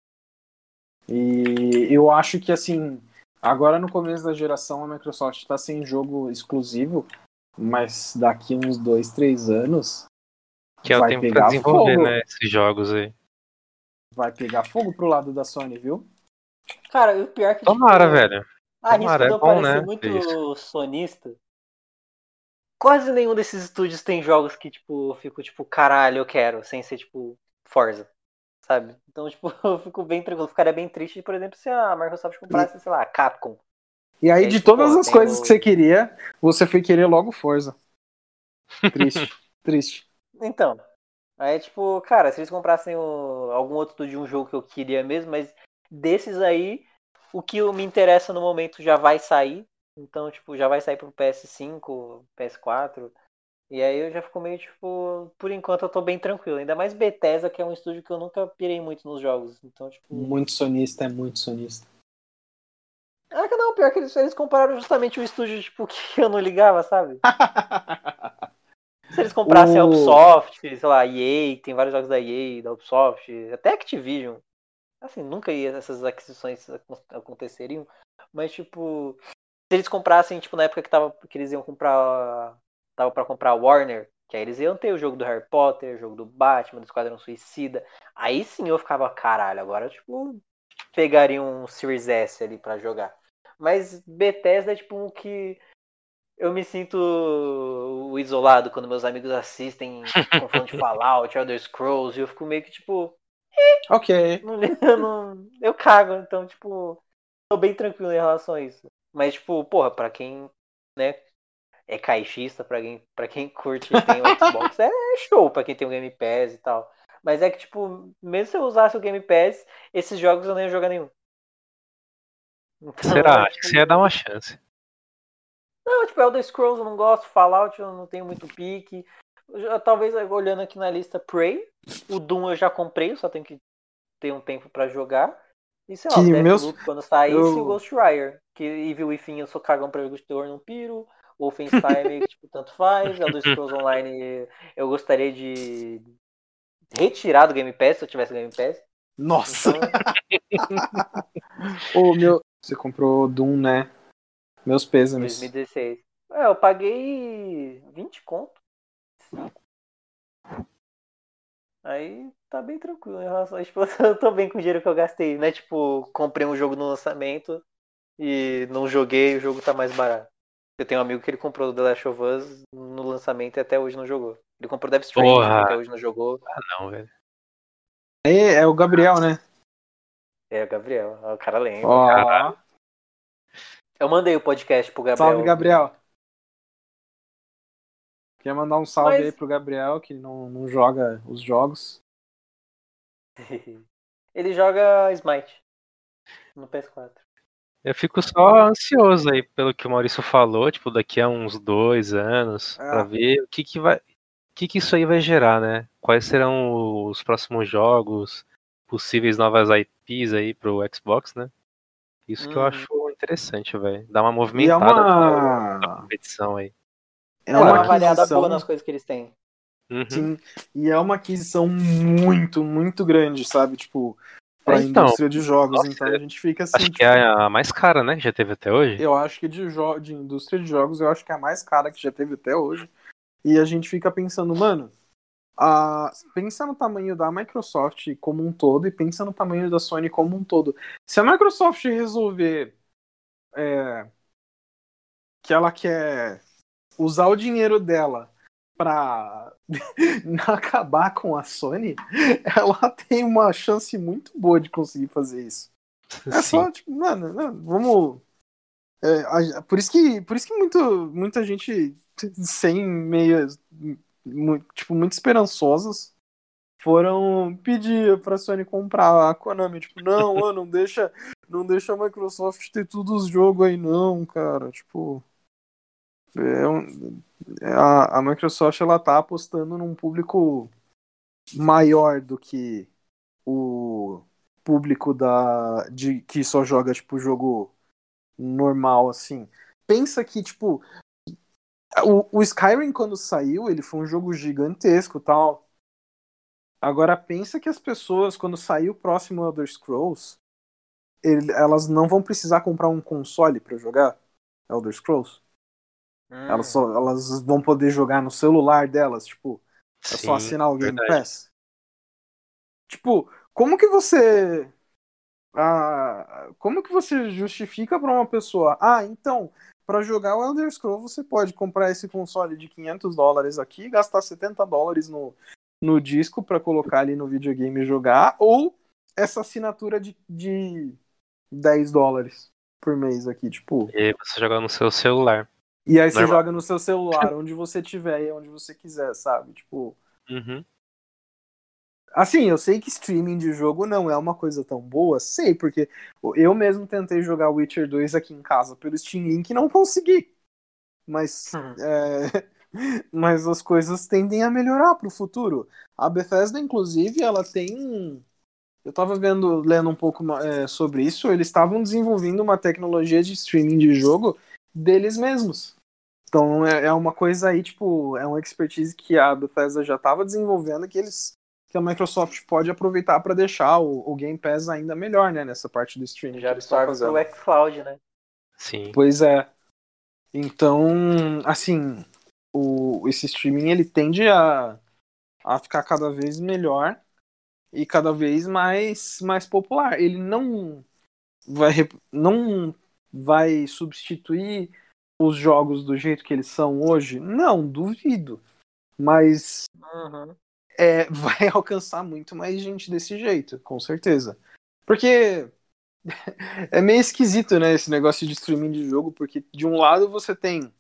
E eu acho que, assim, agora no começo da geração a Microsoft tá sem jogo exclusivo, mas daqui uns 2, 3 anos que ela vai tem pra pegar desenvolver, fogo. né, esses jogos aí. Vai pegar fogo pro lado da Sony, viu? Cara, o pior é que, Tomara, tipo, velho. arrisco Tomara, de é eu bom, parecer né? muito sonista. Quase nenhum desses estúdios tem jogos que, tipo, eu fico, tipo, caralho, eu quero, sem ser, tipo, Forza, sabe? Então, tipo, eu fico bem tranquilo. Ficaria bem triste, por exemplo, se a Microsoft comprasse, sei lá, a Capcom. E aí, E aí, de tipo, todas porra, as tem coisas que você queria, você foi querer logo Forza. Triste. Então, aí, tipo, cara, se eles comprassem algum outro de um jogo que eu queria mesmo, mas desses aí, o que me interessa no momento já vai sair. Então, tipo, já vai sair pro PS5, PS4. E aí eu já fico meio, tipo, por enquanto eu tô bem tranquilo. Ainda mais Bethesda, que é um estúdio que eu nunca pirei muito nos jogos. Então, tipo... Muito sonista. Ah, que não, pior que eles compararam justamente o estúdio, tipo, que eu não ligava, sabe? Se eles comprassem a Ubisoft, sei lá, a EA, tem vários jogos da EA, da Ubisoft, até Activision. Assim, nunca ia essas aquisições aconteceriam. Mas, tipo, se eles comprassem, tipo, na época que eles iam comprar. Tava pra comprar a Warner, que aí eles iam ter o jogo do Harry Potter, o jogo do Batman, do Esquadrão Suicida. Aí sim eu ficava, caralho, agora, tipo, pegaria um Series S ali pra jogar. Mas Bethesda é, tipo, um que eu me sinto isolado quando meus amigos assistem, ficam falando de Fallout, Elder Scrolls, e eu fico meio que, tipo, Ok. eu cago, então, tipo, tô bem tranquilo em relação a isso. Mas, tipo, porra, pra quem, né, é caixista, pra quem curte e tem o Xbox, é show pra quem tem o Game Pass e tal. Mas é que, tipo, mesmo se eu usasse o Game Pass, esses jogos eu não ia jogar nenhum. Então, Será? é, Acho que você ia dar tipo... uma chance. Não, tipo, Elder Scrolls eu não gosto, Fallout eu não tenho muito pique. Talvez, olhando aqui na lista, Prey. O Doom eu já comprei, só tenho que ter um tempo pra jogar. E sei lá, o Que Deathloop quando saísse e o eu Ghostwire. Que Evil Within eu sou cagão pra jogo de terror, não piro. Wolfenstein meio que tipo, tanto faz. Elder Scrolls Online eu gostaria de retirar do Game Pass se eu tivesse Game Pass. Nossa! Então, Você comprou Doom, né? Meus pêsames. 2016. Eu paguei 20 conto. Aí tá bem tranquilo em relação a, tipo, eu tô bem com o dinheiro que eu gastei, né? Tipo, comprei um jogo no lançamento e não joguei, o jogo tá mais barato. Eu tenho um amigo que ele comprou The Last of Us no lançamento e até hoje não jogou. Ele comprou Death Stranding e Porra. até hoje não jogou. Ah, não, velho. É o Gabriel, né? É, o Gabriel, o cara lembra. Ó. Eu mandei o podcast pro Gabriel. Salve, Gabriel. Queria mandar um salve aí Mas pro Gabriel, que não joga os jogos. ele joga Smite no PS4. Eu fico só ansioso aí pelo que o Maurício falou, tipo, daqui a uns 2 anos, pra ver o que isso aí vai gerar, né? Quais serão os próximos jogos, possíveis novas IPs aí pro Xbox, né? Isso que eu acho interessante, velho. Dar uma E é movimentada na uma... competição aí. É Dá uma uma variada boa aquisição... nas coisas que eles têm. Uhum. Sim, e é uma aquisição muito, muito grande, sabe? Tipo, pra Então, indústria de jogos. nossa, então a gente fica assim, acho que tipo, é a mais cara, né? Que já teve até hoje. eu acho que de indústria de jogos, eu acho que é a mais cara que já teve até hoje. E a gente fica pensando, mano, Pensa no tamanho da Microsoft como um todo e pensa no tamanho da Sony como um todo. Se a Microsoft resolver que ela quer usar o dinheiro dela pra acabar com a Sony, ela tem uma chance muito boa de conseguir fazer isso. É Sim. só, tipo, mano, vamos. Por isso que muita gente sem meias, tipo, muito esperançosas foram pedir pra Sony comprar a Konami. Tipo, não deixa a Microsoft ter todos os jogos aí, não, cara. Tipo, a Microsoft ela tá apostando num público maior do que o público que só joga, tipo, jogo normal, assim. Pensa que, tipo, o Skyrim, quando saiu, ele foi um jogo gigantesco e tal. Agora, pensa que as pessoas, quando sair o próximo Elder Scrolls, elas não vão precisar comprar um console pra jogar Elder Scrolls. Elas vão poder jogar no celular delas, tipo, é só Sim, assinar o Game verdade. Pass. Tipo, como que você justifica pra uma pessoa? Então, pra jogar o Elder Scrolls, você pode comprar esse console de $500 aqui, gastar $70 no disco pra colocar ali no videogame e jogar, ou essa assinatura de $10 por mês aqui, tipo. E você joga no seu celular. E aí você Normal. joga no seu celular, onde você tiver e onde você quiser, sabe? Tipo. Uhum. Assim, eu sei que streaming de jogo não é uma coisa tão boa, sei, porque eu mesmo tentei jogar Witcher 2 aqui em casa pelo Steam Link e não consegui. Mas, mas as coisas tendem a melhorar pro futuro. A Bethesda, inclusive, ela tem. Eu tava lendo um pouco sobre isso, eles estavam desenvolvendo uma tecnologia de streaming de jogo deles mesmos. Então é uma coisa aí, tipo, é uma expertise que a Bethesda já estava desenvolvendo que a Microsoft pode aproveitar para deixar o Game Pass ainda melhor, né, nessa parte do streaming Já que eles estão absorve fazendo. pro xCloud, né? Sim. Pois é. Então, assim, esse streaming ele tende a ficar cada vez melhor e cada vez mais popular. Ele não vai substituir os jogos do jeito que eles são hoje? Não, duvido. Mas vai alcançar muito mais gente desse jeito, com certeza. Porque é meio esquisito, né, esse negócio de streaming de jogo, porque de um lado você tem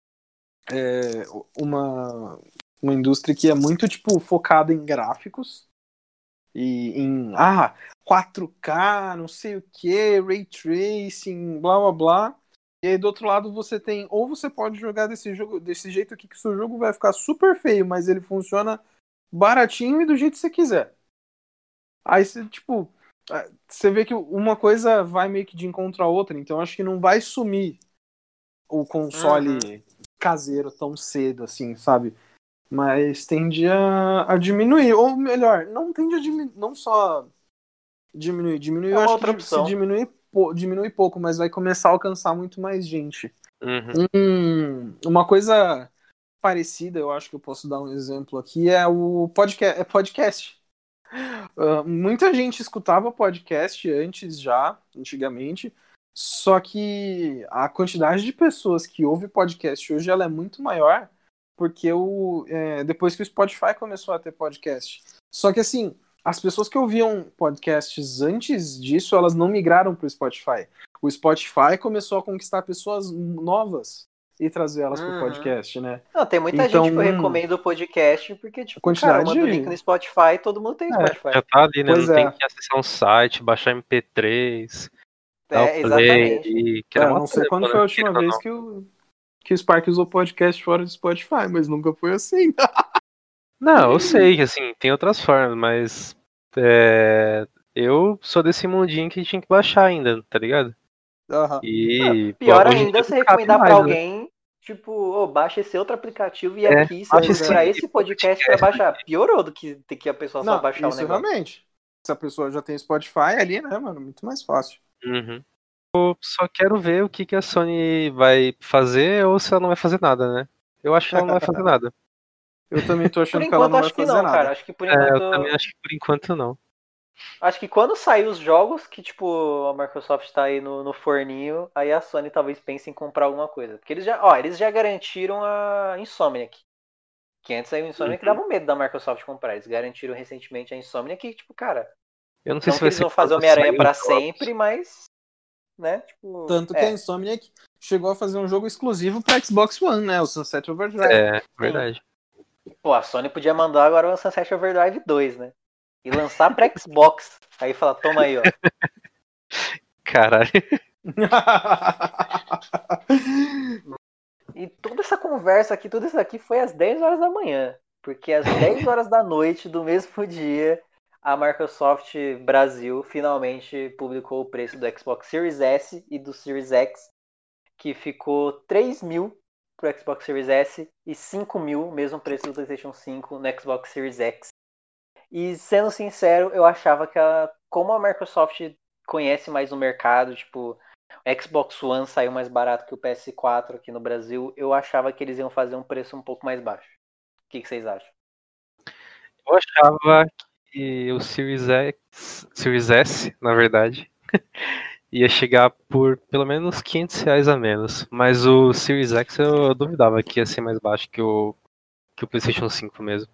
uma indústria que é muito, tipo, focada em gráficos e em 4K, não sei o que, Ray Tracing, blá blá blá. E aí do outro lado você tem, ou você pode jogar desse jeito aqui que o seu jogo vai ficar super feio, mas ele funciona baratinho e do jeito que você quiser. Aí você, tipo, você vê que uma coisa vai meio que de encontro à outra, então acho que não vai sumir o console caseiro tão cedo, assim, sabe? Mas tende a diminuir, ou melhor, não tende a diminuir, não só diminuir, É eu uma acho outra que se opção. diminui pouco, mas vai começar a alcançar muito mais gente. Uhum. Uma coisa parecida, eu acho que eu posso dar um exemplo aqui, é o podcast. Muita gente escutava podcast antigamente, só que a quantidade de pessoas que ouve podcast hoje ela é muito maior, porque depois que o Spotify começou a ter podcast. Só que assim, as pessoas que ouviam podcasts antes disso, elas não migraram para o Spotify. O Spotify começou a conquistar pessoas novas e trazer elas para o podcast, né? Não, tem muita Então, gente que eu recomendo o podcast, porque, a tipo, cara, eu quantidade. mando o link no Spotify, todo mundo tem Spotify. Já tá ali, né? Pois Não tem é. que acessar um site, baixar MP3, dar o play Exatamente. ali, que era Eu mó não sei tempo, quando né? foi a última Querendo ou vez não. que o Spark usou podcast fora do Spotify, mas nunca foi assim. Não, eu sei que assim, tem outras formas, mas eu sou desse mundinho que tinha que baixar ainda, tá ligado? Uhum. E Pior hoje em ainda dia é não você cabe recomendar pra mais, né? alguém, tipo, baixa esse outro aplicativo e É, aqui você baixa Pois esse é. procurar esse podcast pra baixar. Piorou do que ter que a pessoa só Não, baixar o isso negócio. realmente. Se a pessoa já tem Spotify ali, né, mano? Muito mais fácil. Uhum. Eu só quero ver o que a Sony vai fazer ou se ela não vai fazer nada, né? Eu acho que ela não vai fazer nada. Eu também tô Por achando que ela enquanto, não vai acho que fazer não, nada. cara. Acho que por Eu enquanto. também acho que por enquanto não. Acho que quando sair os jogos que, tipo, a Microsoft tá aí no forninho, aí a Sony talvez pense em comprar alguma coisa. Porque eles já garantiram a Insomniac. Que antes aí o Insomniac dava medo da Microsoft comprar. Eles garantiram recentemente a Insomniac que, tipo, cara, Eu não sei não se que vai eles ser vão fazer quando Homem-Aranha sair os pra jogos. sempre, mas, né, tipo, Tanto que a Insomniac chegou a fazer um jogo exclusivo pra Xbox One, né? O Sunset Overdrive. É, sim. verdade. Pô, a Sony podia mandar agora o Sunset Overdrive 2, né? E lançar pra Xbox. Aí fala, toma aí, ó. Caralho. E toda essa conversa aqui, tudo isso aqui foi às 10 horas da manhã. Porque às 10 horas da noite do mesmo dia, a Microsoft Brasil finalmente publicou o preço do Xbox Series S e do Series X, que ficou 3 mil pro Xbox Series S e 5 mil, mesmo preço do PlayStation 5 no Xbox Series X. E sendo sincero, eu achava que como a Microsoft conhece mais o mercado, tipo, o Xbox One saiu mais barato que o PS4 aqui no Brasil, eu achava que eles iam fazer um preço um pouco mais baixo. O que vocês acham? Eu achava que o Series S, na verdade, ia chegar por pelo menos R$ 500 a menos. Mas o Series X eu duvidava que ia ser mais baixo que o PlayStation 5 mesmo.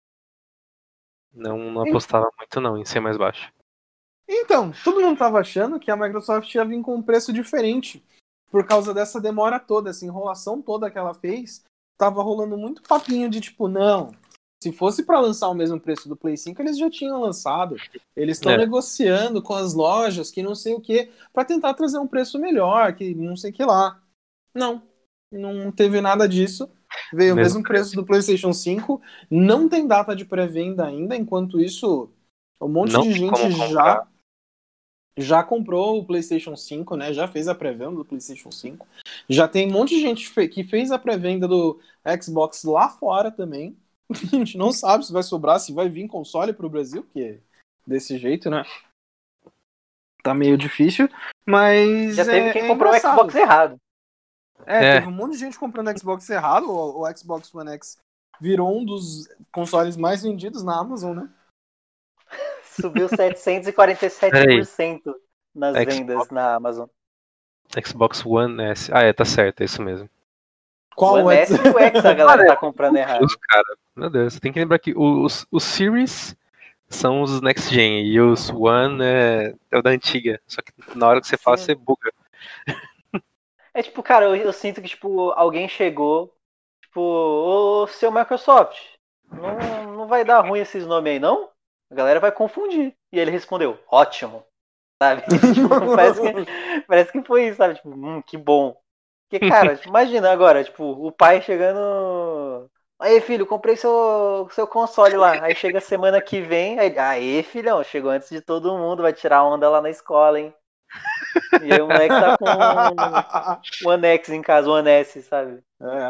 Não apostava muito não em ser mais baixo. Então, todo mundo tava achando que a Microsoft ia vir com um preço diferente por causa dessa demora toda, essa enrolação toda que ela fez. Tava rolando muito papinho de tipo, não, se fosse para lançar o mesmo preço do Play 5, eles já tinham lançado. Eles estão negociando com as lojas que não sei o que para tentar trazer um preço melhor, que não sei o que lá. Não teve nada disso. Veio o mesmo preço do PlayStation 5. Não tem data de pré-venda ainda, enquanto isso, um monte Não de tem gente como comprar. já comprou o PlayStation 5, né? Já fez a pré-venda do PlayStation 5. Já tem um monte de gente que fez a pré-venda do Xbox lá fora também. A gente não sabe se vai sobrar, se vai vir console pro Brasil, porque desse jeito, né? Tá meio difícil, mas Já teve quem é comprou o engraçado. Xbox errado. Teve um monte de gente comprando Xbox errado. O Xbox One X virou um dos consoles mais vendidos na Amazon, né? Subiu 747% nas Xbox, vendas na Amazon. Xbox One S. Tá certo, é isso mesmo. O One S e o X a galera tá comprando errado. Cara, meu Deus, você tem que lembrar que os Series são os Next Gen e os One é o da antiga. Só que na hora que você fala, você buga. É tipo, cara, eu sinto que tipo, alguém chegou, tipo, ô seu Microsoft, não vai dar ruim esses nomes aí, não? A galera vai confundir. E ele respondeu, ótimo. Sabe? Tipo, parece que foi isso, sabe? Tipo, que bom. Porque, cara, imagina agora, tipo, o pai chegando. Aí, filho, comprei seu console lá. Aí chega semana que vem, aí, filhão, chegou antes de todo mundo, vai tirar onda lá na escola, hein? E aí o moleque tá com o One X em casa, o One S, sabe?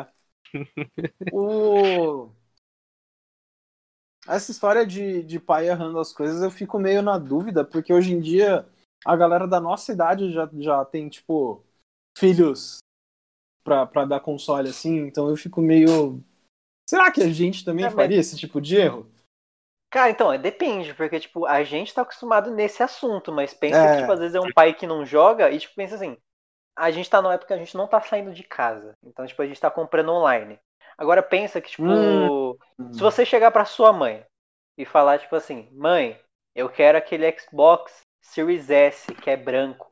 Essa história de pai errando as coisas, eu fico meio na dúvida, porque hoje em dia a galera da nossa idade já tem, tipo, filhos pra dar console assim, então eu fico meio. Será que a gente também faria esse tipo de erro? Cara, então, depende, porque, tipo, a gente tá acostumado nesse assunto, mas pensa que, tipo, às vezes é um pai que não joga e, tipo, pensa assim, a gente tá numa época que a gente não tá saindo de casa, então, tipo, a gente tá comprando online. Agora pensa que, tipo, se você chegar pra sua mãe e falar, tipo assim, mãe, eu quero aquele Xbox Series S, que é branco,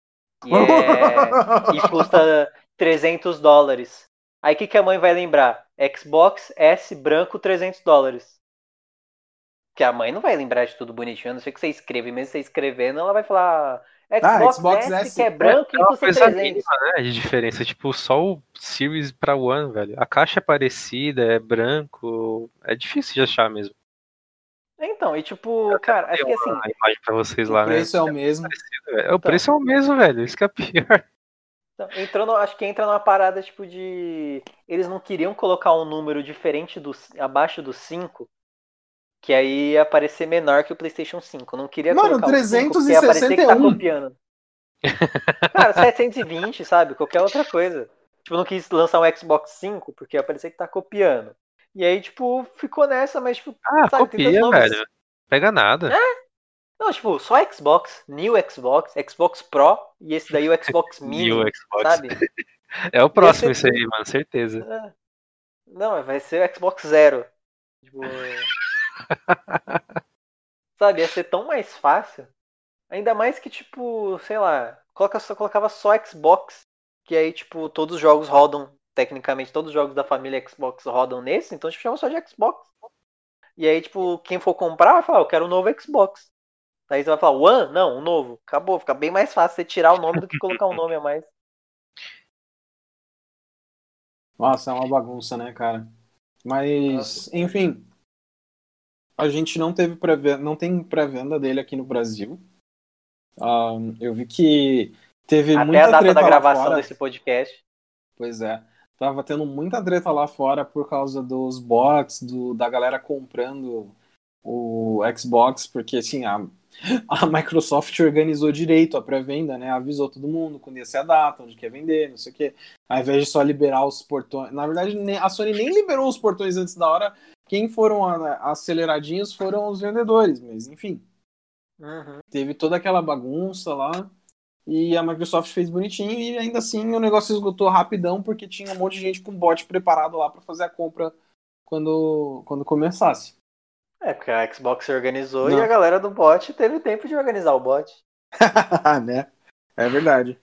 e custa $300. Aí o que a mãe vai lembrar? Xbox S branco, $300. Que a mãe não vai lembrar de tudo bonitinho, a não ser que você escreva. E mesmo você escrevendo, ela vai falar Xbox S, que é branco e uma custa coisa 300. mínima, né, de diferença. Tipo, só o Series pra One, velho. A caixa é parecida, é branco. É difícil de achar mesmo. Então, e tipo, cara, acho que assim. A imagem pra vocês lá, o preço é o mesmo. O preço é o mesmo, velho. Isso que é pior. Então, acho que entra numa parada tipo de. Eles não queriam colocar um número diferente abaixo do 5, que aí ia aparecer menor que o PlayStation 5. Não queria colocar o 5 porque ia parecer que tá copiando. Cara, 720, sabe? Qualquer outra coisa. Tipo, não quis lançar um Xbox 5 porque ia parecer que tá copiando. E aí, tipo, ficou nessa, mas, tipo, Ah, sabe, tem tantos copia, nomes. velho. Pega nada. Não, tipo, só Xbox, New Xbox, Xbox Pro e esse daí o Xbox E o Mini, Xbox. sabe? É o Ia próximo ser. isso aí, mano, certeza. Não, vai ser o Xbox Zero. Tipo, sabe, ia ser tão mais fácil. Ainda mais que, tipo, sei lá, colocava só Xbox, que aí, tipo, todos os jogos rodam, tecnicamente, todos os jogos da família Xbox rodam nesse, então, tipo, chama só de Xbox. E aí, tipo, quem for comprar vai falar, eu quero um novo Xbox. Aí você vai falar, One? Não, um novo. Acabou, fica bem mais fácil você tirar o nome do que colocar um nome a mais. Nossa, é uma bagunça, né, cara? Mas, Nossa. enfim, a gente não teve não tem pré-venda dele aqui no Brasil. Eu vi que teve Até a muita data da treta lá gravação fora. desse podcast. Pois é. Tava tendo muita treta lá fora por causa dos bots, da galera comprando o Xbox, porque assim, a Microsoft organizou direito a pré-venda, né? Avisou todo mundo quando ia ser a data, onde quer vender, não sei o quê. Ao invés de só liberar os portões. Na verdade, a Sony nem liberou os portões antes da hora. Quem foram aceleradinhos foram os vendedores, mas enfim. Uhum. Teve toda aquela bagunça lá. E a Microsoft fez bonitinho e ainda assim o negócio esgotou rapidão porque tinha um monte de gente com bot preparado lá para fazer a compra quando começasse. É, porque a Xbox se organizou e a Não. galera do bot teve tempo de organizar o bot. Né? É verdade.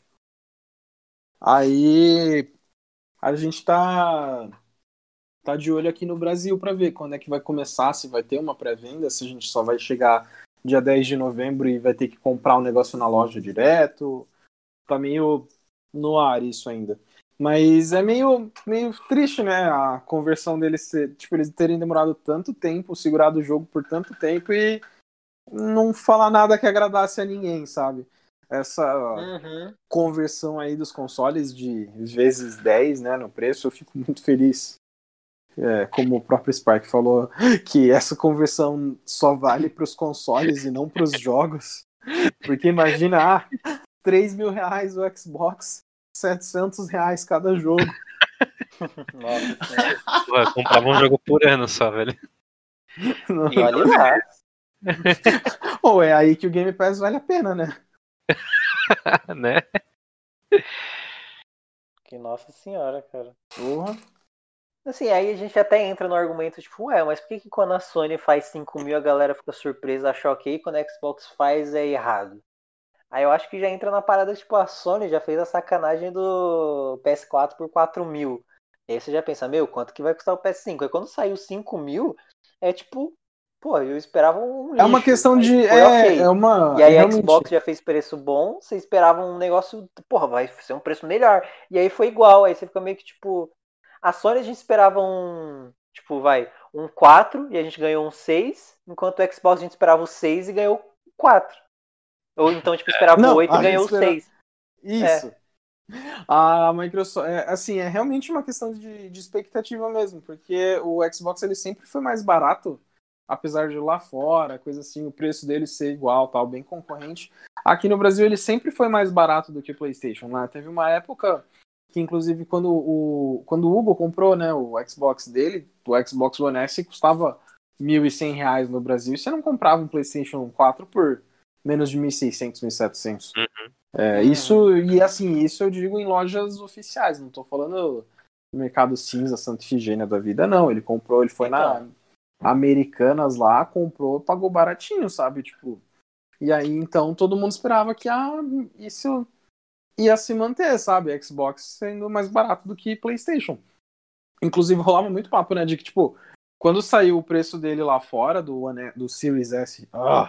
Aí a gente tá de olho aqui no Brasil para ver quando é que vai começar, se vai ter uma pré-venda, se a gente só vai chegar dia 10 de novembro e vai ter que comprar o negócio na loja direto. Tá meio no ar isso ainda. Mas é meio triste, né? A conversão deles ser, tipo, eles terem demorado tanto tempo, segurado o jogo por tanto tempo e não falar nada que agradasse a ninguém, sabe? Essa Uhum. conversão aí dos consoles de vezes 10, né, no preço, eu fico muito feliz. Como o próprio Spark falou, que essa conversão só vale para os consoles e não para os jogos. Porque imagina, R$ 3.000 o Xbox, R$ 700 cada jogo. Nossa senhora. Pô, comprava um jogo por ano só, velho. E olhe lá. Ou é aí que o Game Pass vale a pena, né? Né? Que nossa senhora, cara. Porra. Assim, aí a gente até entra no argumento, tipo, mas por que quando a Sony faz 5 mil a galera fica surpresa, acha ok, e quando a Xbox faz é errado? Aí eu acho que já entra na parada, tipo, a Sony já fez a sacanagem do PS4 por 4 mil. E aí você já pensa, meu, quanto que vai custar o PS5? Aí quando saiu 5 mil, é tipo, pô, eu esperava um É uma lixo. questão Aí de. foi ok. E É aí a realmente. Xbox já fez preço bom, você esperava um negócio, porra, vai ser um preço melhor. E aí foi igual, aí você fica meio que tipo. A Sony a gente esperava tipo, um 4 e a gente ganhou um 6, enquanto o Xbox a gente esperava o 6 e ganhou 4. Ou então, tipo, esperava o Não, 8 e a gente ganhou o espera. 6. É. Isso. A Microsoft. Assim, é realmente uma questão de expectativa mesmo, porque o Xbox ele sempre foi mais barato, apesar de lá fora, coisa assim, o preço dele ser igual, tal, bem concorrente. Aqui no Brasil ele sempre foi mais barato do que o PlayStation, né? Teve uma época que, inclusive, quando o Hugo comprou, né, o Xbox dele, o Xbox One S custava R$ 1.100 no Brasil, e você não comprava um PlayStation 4 por menos de 1.600, 1.700. Isso, e assim, isso eu digo em lojas oficiais, não tô falando no mercado cinza, Santa Ifigênia da vida, não. Ele comprou, ele foi Então. na Americanas lá, comprou, pagou baratinho, sabe? Tipo, e aí então todo mundo esperava que isso ia se manter, sabe? Xbox sendo mais barato do que PlayStation. Inclusive rolava muito papo, né? De que, tipo, quando saiu o preço dele lá fora, do Series S,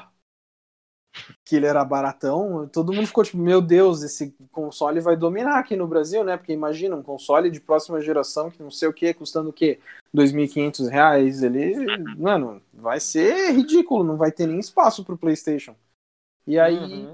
que ele era baratão, todo mundo ficou tipo, meu Deus, esse console vai dominar aqui no Brasil, né? Porque imagina, um console de próxima geração, que não sei o que, custando o quê? R$ 2.500, ele, mano, vai ser ridículo, não vai ter nem espaço pro PlayStation. E aí,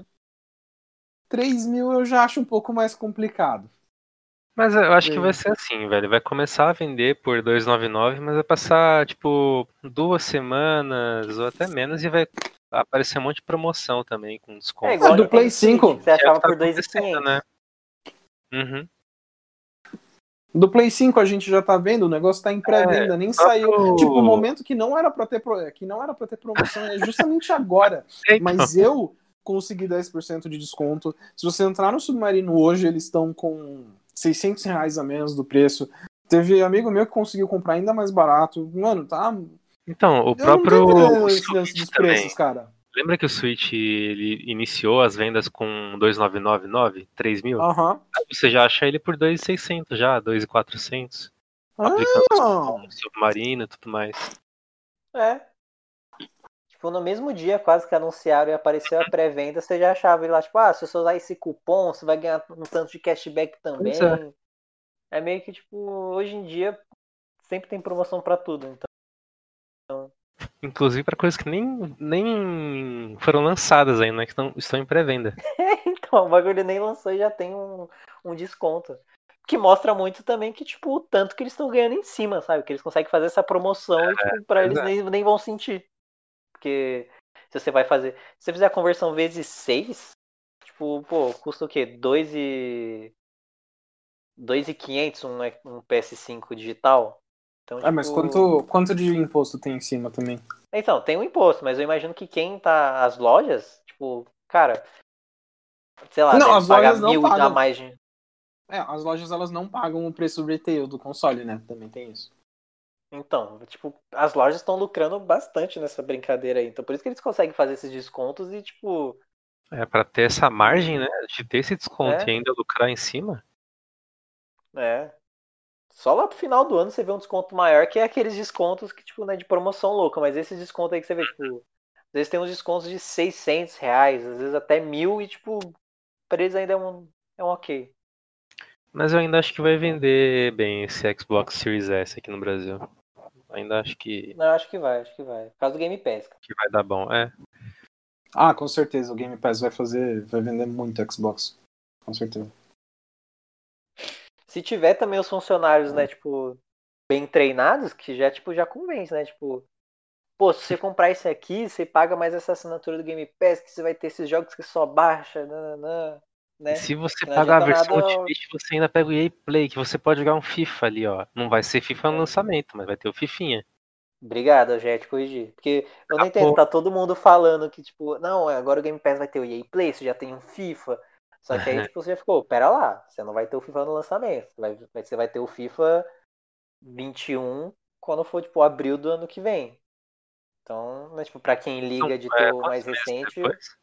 3 mil eu já acho um pouco mais complicado. Mas eu acho que vai Bem, ser assim, velho. Vai começar a vender por 299, mas vai passar, tipo, 2 semanas ou até menos e vai aparecer um monte de promoção também com É desconto. igual a do Play Nintendo Switch, 5, que você Que é o que achava tá por acontecendo, 2.500. né? Uhum. Do Play 5 a gente já tá vendo, o negócio tá em pré-venda, nem saiu. Tipo, o momento que não era pra ter promoção é justamente agora. Então. Mas eu consegui 10% de desconto. Se você entrar no Submarino hoje, eles estão com R$600 a menos do preço. Teve amigo meu que conseguiu comprar ainda mais barato. Mano, tá... Então, o Eu não próprio tô entendendo esse lance Switch dos também. preços, cara. Lembra que o Switch ele iniciou as vendas com 2.999, 3.000? Aham. Aí você já acha ele por 2.600 já, 2.400, aplicando os cupons, Submarino e tudo mais. É. Tipo, no mesmo dia quase que anunciaram e apareceu a pré-venda, você já achava ele lá, tipo, se você usar esse cupom, você vai ganhar um tanto de cashback Pois é. também. É meio que, tipo, hoje em dia sempre tem promoção pra tudo, então. Inclusive para coisas que nem foram lançadas ainda, né, que estão em pré-venda. Então, o bagulho nem lançou e já tem um desconto. Que mostra muito também que, tipo, o tanto que eles estão ganhando em cima, sabe? Que eles conseguem fazer essa promoção e, tipo, pra eles nem vão sentir. Porque se você vai fazer. Se você fizer a conversão vezes 6, tipo, pô, custa o quê? 2.500 um PS5 digital? Então, tipo. Mas quanto de imposto tem em cima também? Então, tem um imposto, mas eu imagino que quem tá. As lojas, tipo, cara, sei lá, Não, deve as pagar lojas não 1.000 a pagam. mais de. As lojas elas não pagam o preço retail do console, né? Também tem isso. Então, tipo, as lojas estão lucrando bastante nessa brincadeira aí. Então, por isso que eles conseguem fazer esses descontos e, tipo. Para ter essa margem, né, de ter esse desconto e É, ainda lucrar em cima. é. Só lá pro final do ano você vê um desconto maior, que é aqueles descontos que, tipo, né, de promoção louca. Mas esses descontos aí que você vê, tipo, às vezes tem uns descontos de R$600, às vezes até 1.000 e, tipo, pra eles ainda é um ok. Mas eu ainda acho que vai vender bem esse Xbox Series S aqui no Brasil. Ainda acho que Não, acho que vai, acho que vai. Por causa do Game Pass. vai dar bom. Com certeza, o Game Pass vai vender muito Xbox. Com certeza. Se tiver também os funcionários, né, tipo, bem treinados, que já, tipo, já convence, né? Tipo, pô, se você comprar esse aqui, você paga mais essa assinatura do Game Pass, que você vai ter esses jogos que só baixa, nananã, E né? se você Que não pagar a adianta versão nada. Ultimate, você ainda pega o EA Play, que você pode jogar um FIFA ali, ó. Não vai ser FIFA no lançamento, mas vai ter o Fifinha. Obrigado, eu já ia te corrigir. Porque eu não entendo, Acabou. tá todo mundo falando que, tipo, não, agora o Game Pass vai ter o EA Play, você já tem um FIFA. Só que aí, tipo, você já ficou, pera lá, você não vai ter o FIFA no lançamento. Você vai ter o FIFA 21 quando for, tipo, abril do ano que vem. Então, né, tipo, pra quem São liga de ter o quantos mais meses recente, depois?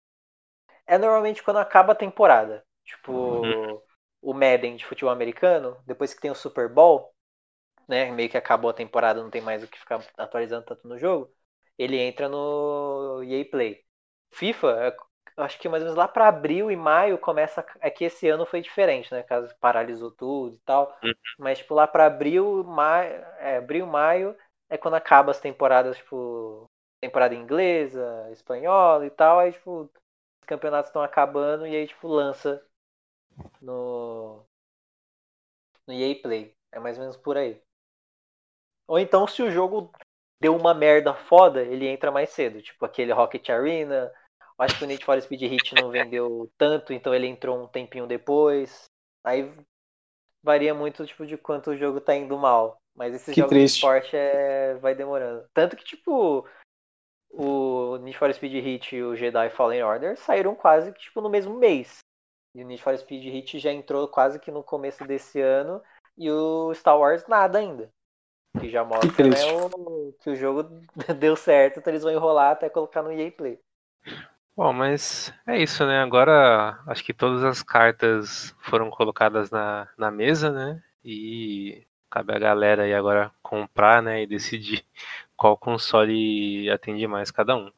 é normalmente quando acaba a temporada. Hum. Tipo, o Madden de futebol americano, depois que tem o Super Bowl, né, meio que acabou a temporada, não tem mais o que ficar atualizando tanto no jogo, ele entra no EA Play. FIFA, acho que mais ou menos lá para abril e maio começa. É que esse ano foi diferente, né? Caso paralisou tudo e tal. Hum. Mas, tipo, lá para abril, maio é quando acaba as temporadas, tipo, temporada inglesa, espanhola e tal. Aí, tipo, os campeonatos estão acabando e aí, tipo, lança no, no EA Play. É mais ou menos por aí. Ou então, se o jogo deu uma merda foda, ele entra mais cedo. Tipo aquele Rocket Arena. Acho que o Need for Speed Heat não vendeu tanto, então ele entrou um tempinho depois. Aí varia muito tipo, de quanto o jogo tá indo mal. Mas esses Que jogos de triste. esporte vai demorando. Tanto que, tipo, o Need for Speed Heat e o Jedi Fallen Order saíram quase que tipo, no mesmo mês. E o Need for Speed Heat já entrou quase que no começo desse ano. E o Star Wars nada ainda. Que já Que mostra, né, triste. que o jogo deu certo, então eles vão enrolar até colocar no EA Play. Bom, mas é isso, né? Agora acho que todas as cartas foram colocadas na mesa, né? E cabe a galera aí agora comprar, né? E decidir qual console atende mais cada um.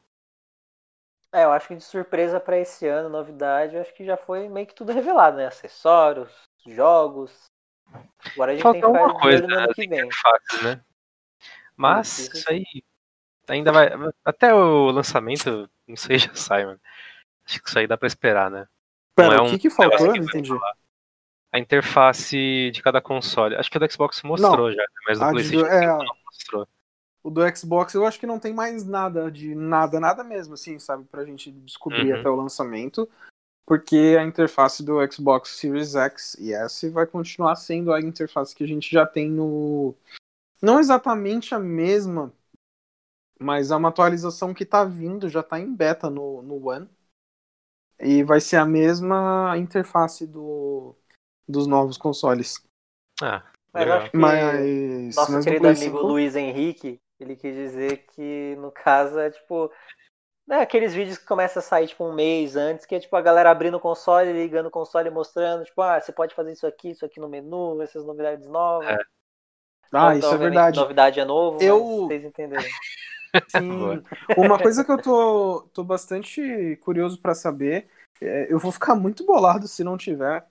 Eu acho que de surpresa pra esse ano, novidade, eu acho que já foi meio que tudo revelado, né? Acessórios, jogos. Agora a gente tem Falta que uma ficar de coisa, olho no né? ano As que vem. interfaces, né? Isso, Mas isso isso sim. aí ainda vai. Até o lançamento, não sei, já sai, mano. Acho que isso aí dá pra esperar, né? Não Pera, é o um que negócio faltou? Eu que não vai entendi. falar. A interface de cada console. Acho que o do Xbox mostrou Não, já, mas do a de, PlayStation 5 não mostrou. o do Xbox eu acho que não tem mais nada de nada mesmo, assim, sabe? Pra gente descobrir Uhum. até o lançamento. porque a interface do Xbox Series X e S vai continuar sendo a interface que a gente já tem no... Não exatamente a mesma, mas é uma atualização que tá vindo, já tá em beta no One. E vai ser a mesma interface dos novos consoles. Ah, Mas legal. acho que Mas nosso no querido Play amigo 5... Luiz Henrique, ele quis dizer que, no caso, é tipo. Né, aqueles vídeos que começam a sair tipo um mês antes, que é tipo a galera abrindo o console, ligando o console e mostrando, tipo, ah, você pode fazer isso aqui no menu, essas novidades novas. É. Ah, Então, isso é obviamente, verdade. novidade é novo, mas Eu, vocês entenderam. Boa. sim, uma coisa que eu tô bastante curioso pra saber, eu vou ficar muito bolado se não tiver,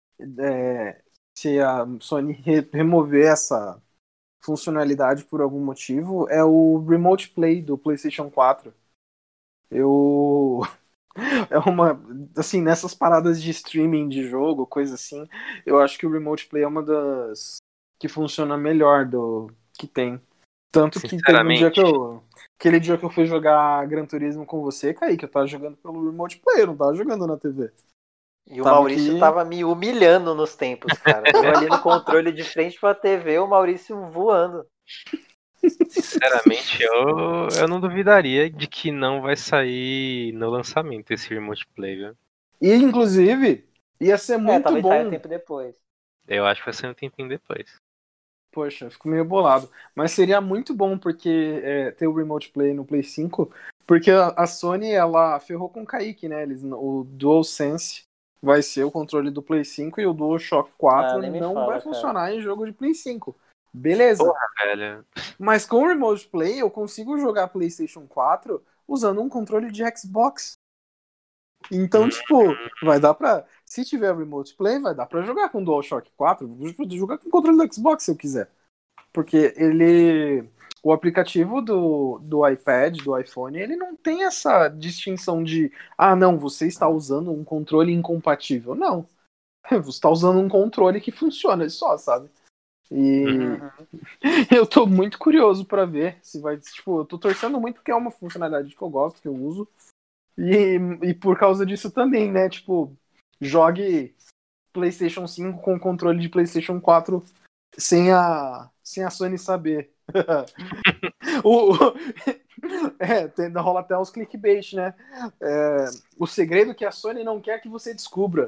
se a Sony remover essa funcionalidade por algum motivo, é o Remote Play do PlayStation 4. Eu é uma, assim, nessas paradas de streaming de jogo, coisa assim, eu acho que o Remote Play é uma das que funciona melhor do que tem. Tanto que teve um dia Sinceramente, aquele dia que eu fui jogar Gran Turismo com você, Kaique, eu tava jogando pelo Remote Play, eu não tava jogando na TV. E o Tava Maurício aqui, tava me humilhando nos tempos, cara. Eu ali no controle de frente pra TV, o Maurício voando. sinceramente, eu não duvidaria de que não vai sair no lançamento esse Remote Play, viu? e inclusive ia ser muito Talvez saia um bom. tempo depois. Eu acho que vai ser um tempinho depois. Poxa, eu fico meio bolado. Mas seria muito bom porque ter o Remote Play no Play 5, porque a Sony, ela ferrou com o Kaique, né? O DualSense vai ser o controle do Play 5 e o DualShock Ah, 4 nem me não vai fala, cara. funcionar em jogo de Play 5. Beleza. Porra, velho. Mas com o Remote Play eu consigo jogar PlayStation 4 usando um controle de Xbox. Então, tipo, vai dar pra. Se tiver Remote Play, vai dar pra jogar com o DualShock 4. Vou jogar com o controle do Xbox se eu quiser. Porque ele. O aplicativo do iPad, do iPhone, ele não tem essa distinção de não, você está usando um controle incompatível. Não. Você está usando um controle que funciona só, sabe? E Uhum. eu tô muito curioso para ver se vai. Tipo, eu tô torcendo muito porque é uma funcionalidade que eu gosto, que eu uso. E por causa disso também, né? Tipo, jogue PlayStation 5 com controle de PlayStation 4 sem a Sony saber. o, rola até uns clickbait, né? O segredo que a Sony não quer que você descubra.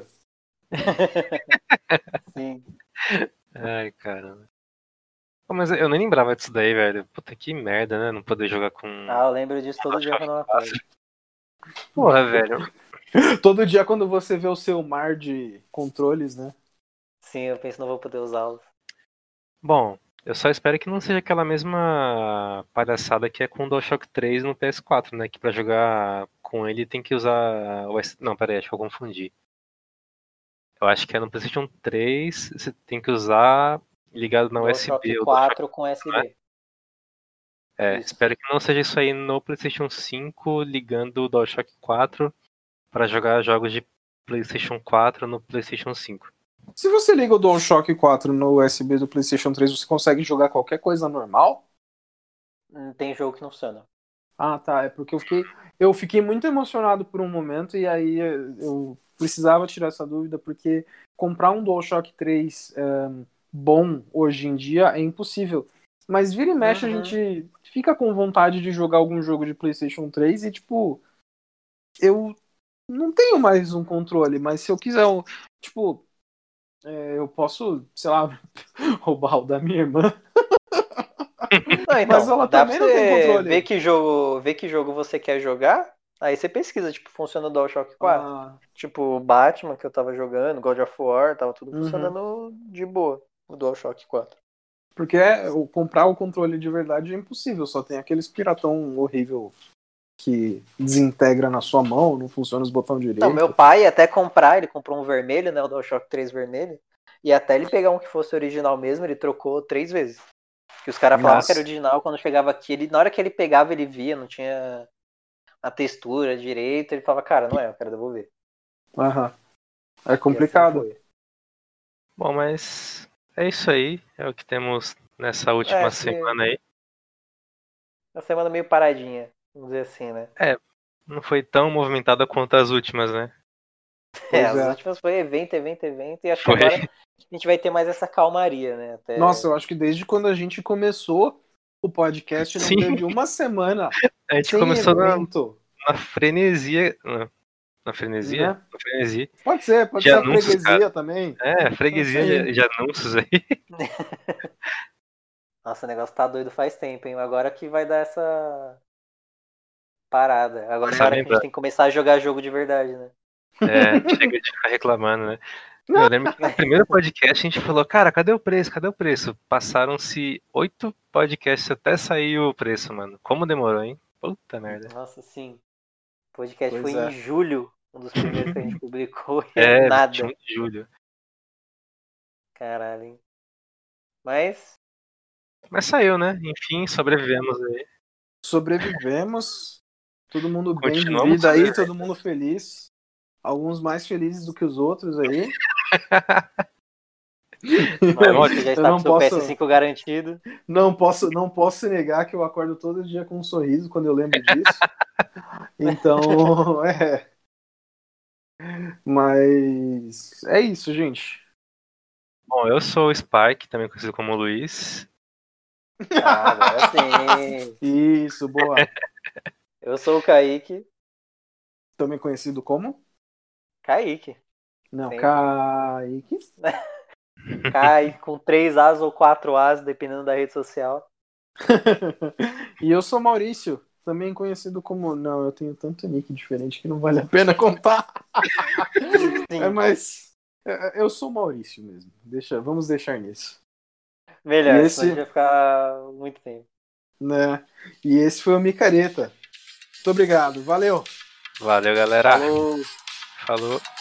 Sim. Ai, caramba. Pô, mas eu nem lembrava disso daí, velho. Puta que merda, né? Não poder jogar com. Ah, eu lembro disso todo dia quando eu acordo. Porra, velho. Todo dia quando você vê o seu mar de controles, né? Sim, eu penso que não vou poder usá-los. Bom, eu só espero que não seja aquela mesma palhaçada que é com o DualShock 3 no PS4, né? Que pra jogar com ele tem que usar o Não, pera aí, acho que eu confundi. Eu acho que é no PlayStation 3, você tem que usar ligado na DualShock USB. 4 com USB. Isso. Espero que não seja isso aí no PlayStation 5 ligando o DualShock 4 para jogar jogos de PlayStation 4 no PlayStation 5. Se você liga o DualShock 4 no USB do PlayStation 3, você consegue jogar qualquer coisa normal? Tem jogo que não funciona. Ah, tá. É porque eu fiquei muito emocionado por um momento e aí eu precisava tirar essa dúvida porque comprar um DualShock 3 bom hoje em dia é impossível. Mas vira e mexe a gente fica com vontade de jogar algum jogo de PlayStation 3 e tipo, eu não tenho mais um controle, mas se eu quiser, tipo, eu posso, sei lá, roubar o da minha irmã. Não, Mas então, ela dá pra também não tem você controle. ver que jogo você quer jogar. Aí você pesquisa, tipo, funciona o DualShock 4. Ah, Tipo, o Batman que eu tava jogando, God of War, tava tudo uhum. funcionando de boa, o DualShock 4. Porque comprar o controle de verdade é impossível, só tem aqueles piratão horrível que desintegra na sua mão, não funciona os botões Então, meu direito. pai até comprar, ele comprou um vermelho, né, o DualShock 3 vermelho, e até ele pegar um que fosse original mesmo, ele trocou 3 vezes. Que os caras falavam que era Nossa. original, quando chegava aqui, na hora que ele pegava, ele via, não tinha a textura direito, ele falava, cara, não é, eu quero devolver. Aham. É E assim complicado. foi. Bom, mas é isso aí. É o que temos nessa última Acho que semana aí. uma semana meio paradinha, vamos dizer assim, né? Não foi tão movimentada quanto as últimas, né? As últimas foi evento, e acho que agora a gente vai ter mais essa calmaria, né? Até... Nossa, eu acho que desde quando a gente começou o podcast não teve uma semana a gente sem começou evento. Na frenesia. Na frenesia? Né? Na frenesia. Pode ser a freguesia, cara. Também. Freguesia de anúncios aí. Nossa, o negócio tá doido faz tempo, hein? Agora que vai dar essa parada. Agora é hora que a gente tem que começar a jogar jogo de verdade, né? Chega de ficar reclamando, né? Eu lembro que no primeiro podcast a gente falou, cara, cadê o preço? Cadê o preço? Passaram-se 8 podcasts até sair o preço, mano. Como demorou, hein? Puta merda. Nossa, sim. O podcast foi em julho, um dos primeiros que a gente publicou. E nada. 21 de julho. Caralho, hein? Mas saiu, né? Enfim, sobrevivemos aí. Sobrevivemos. Todo mundo bem de vida aí, todo mundo feliz. Alguns mais felizes do que os outros aí. Você já está com seu PS5 garantido. Não posso negar que eu acordo todo dia com um sorriso quando eu lembro disso. Então, Mas é isso, gente. Bom, eu sou o Spike, também conhecido como Luiz. Agora sim. Isso, boa. Eu sou o Kaique. Também conhecido como? Kaique. Não, sempre. Kaique. Kaique com 3 As ou 4 As, dependendo da rede social. E eu sou Maurício, também conhecido como... Não, eu tenho tanto nick diferente que não vale a pena contar. Mas eu sou Maurício mesmo. Vamos deixar nisso. Melhor, senão a gente vai ficar muito tempo. Né? E esse foi o Micareta. Muito obrigado, valeu. Valeu, galera. Falou. Falou.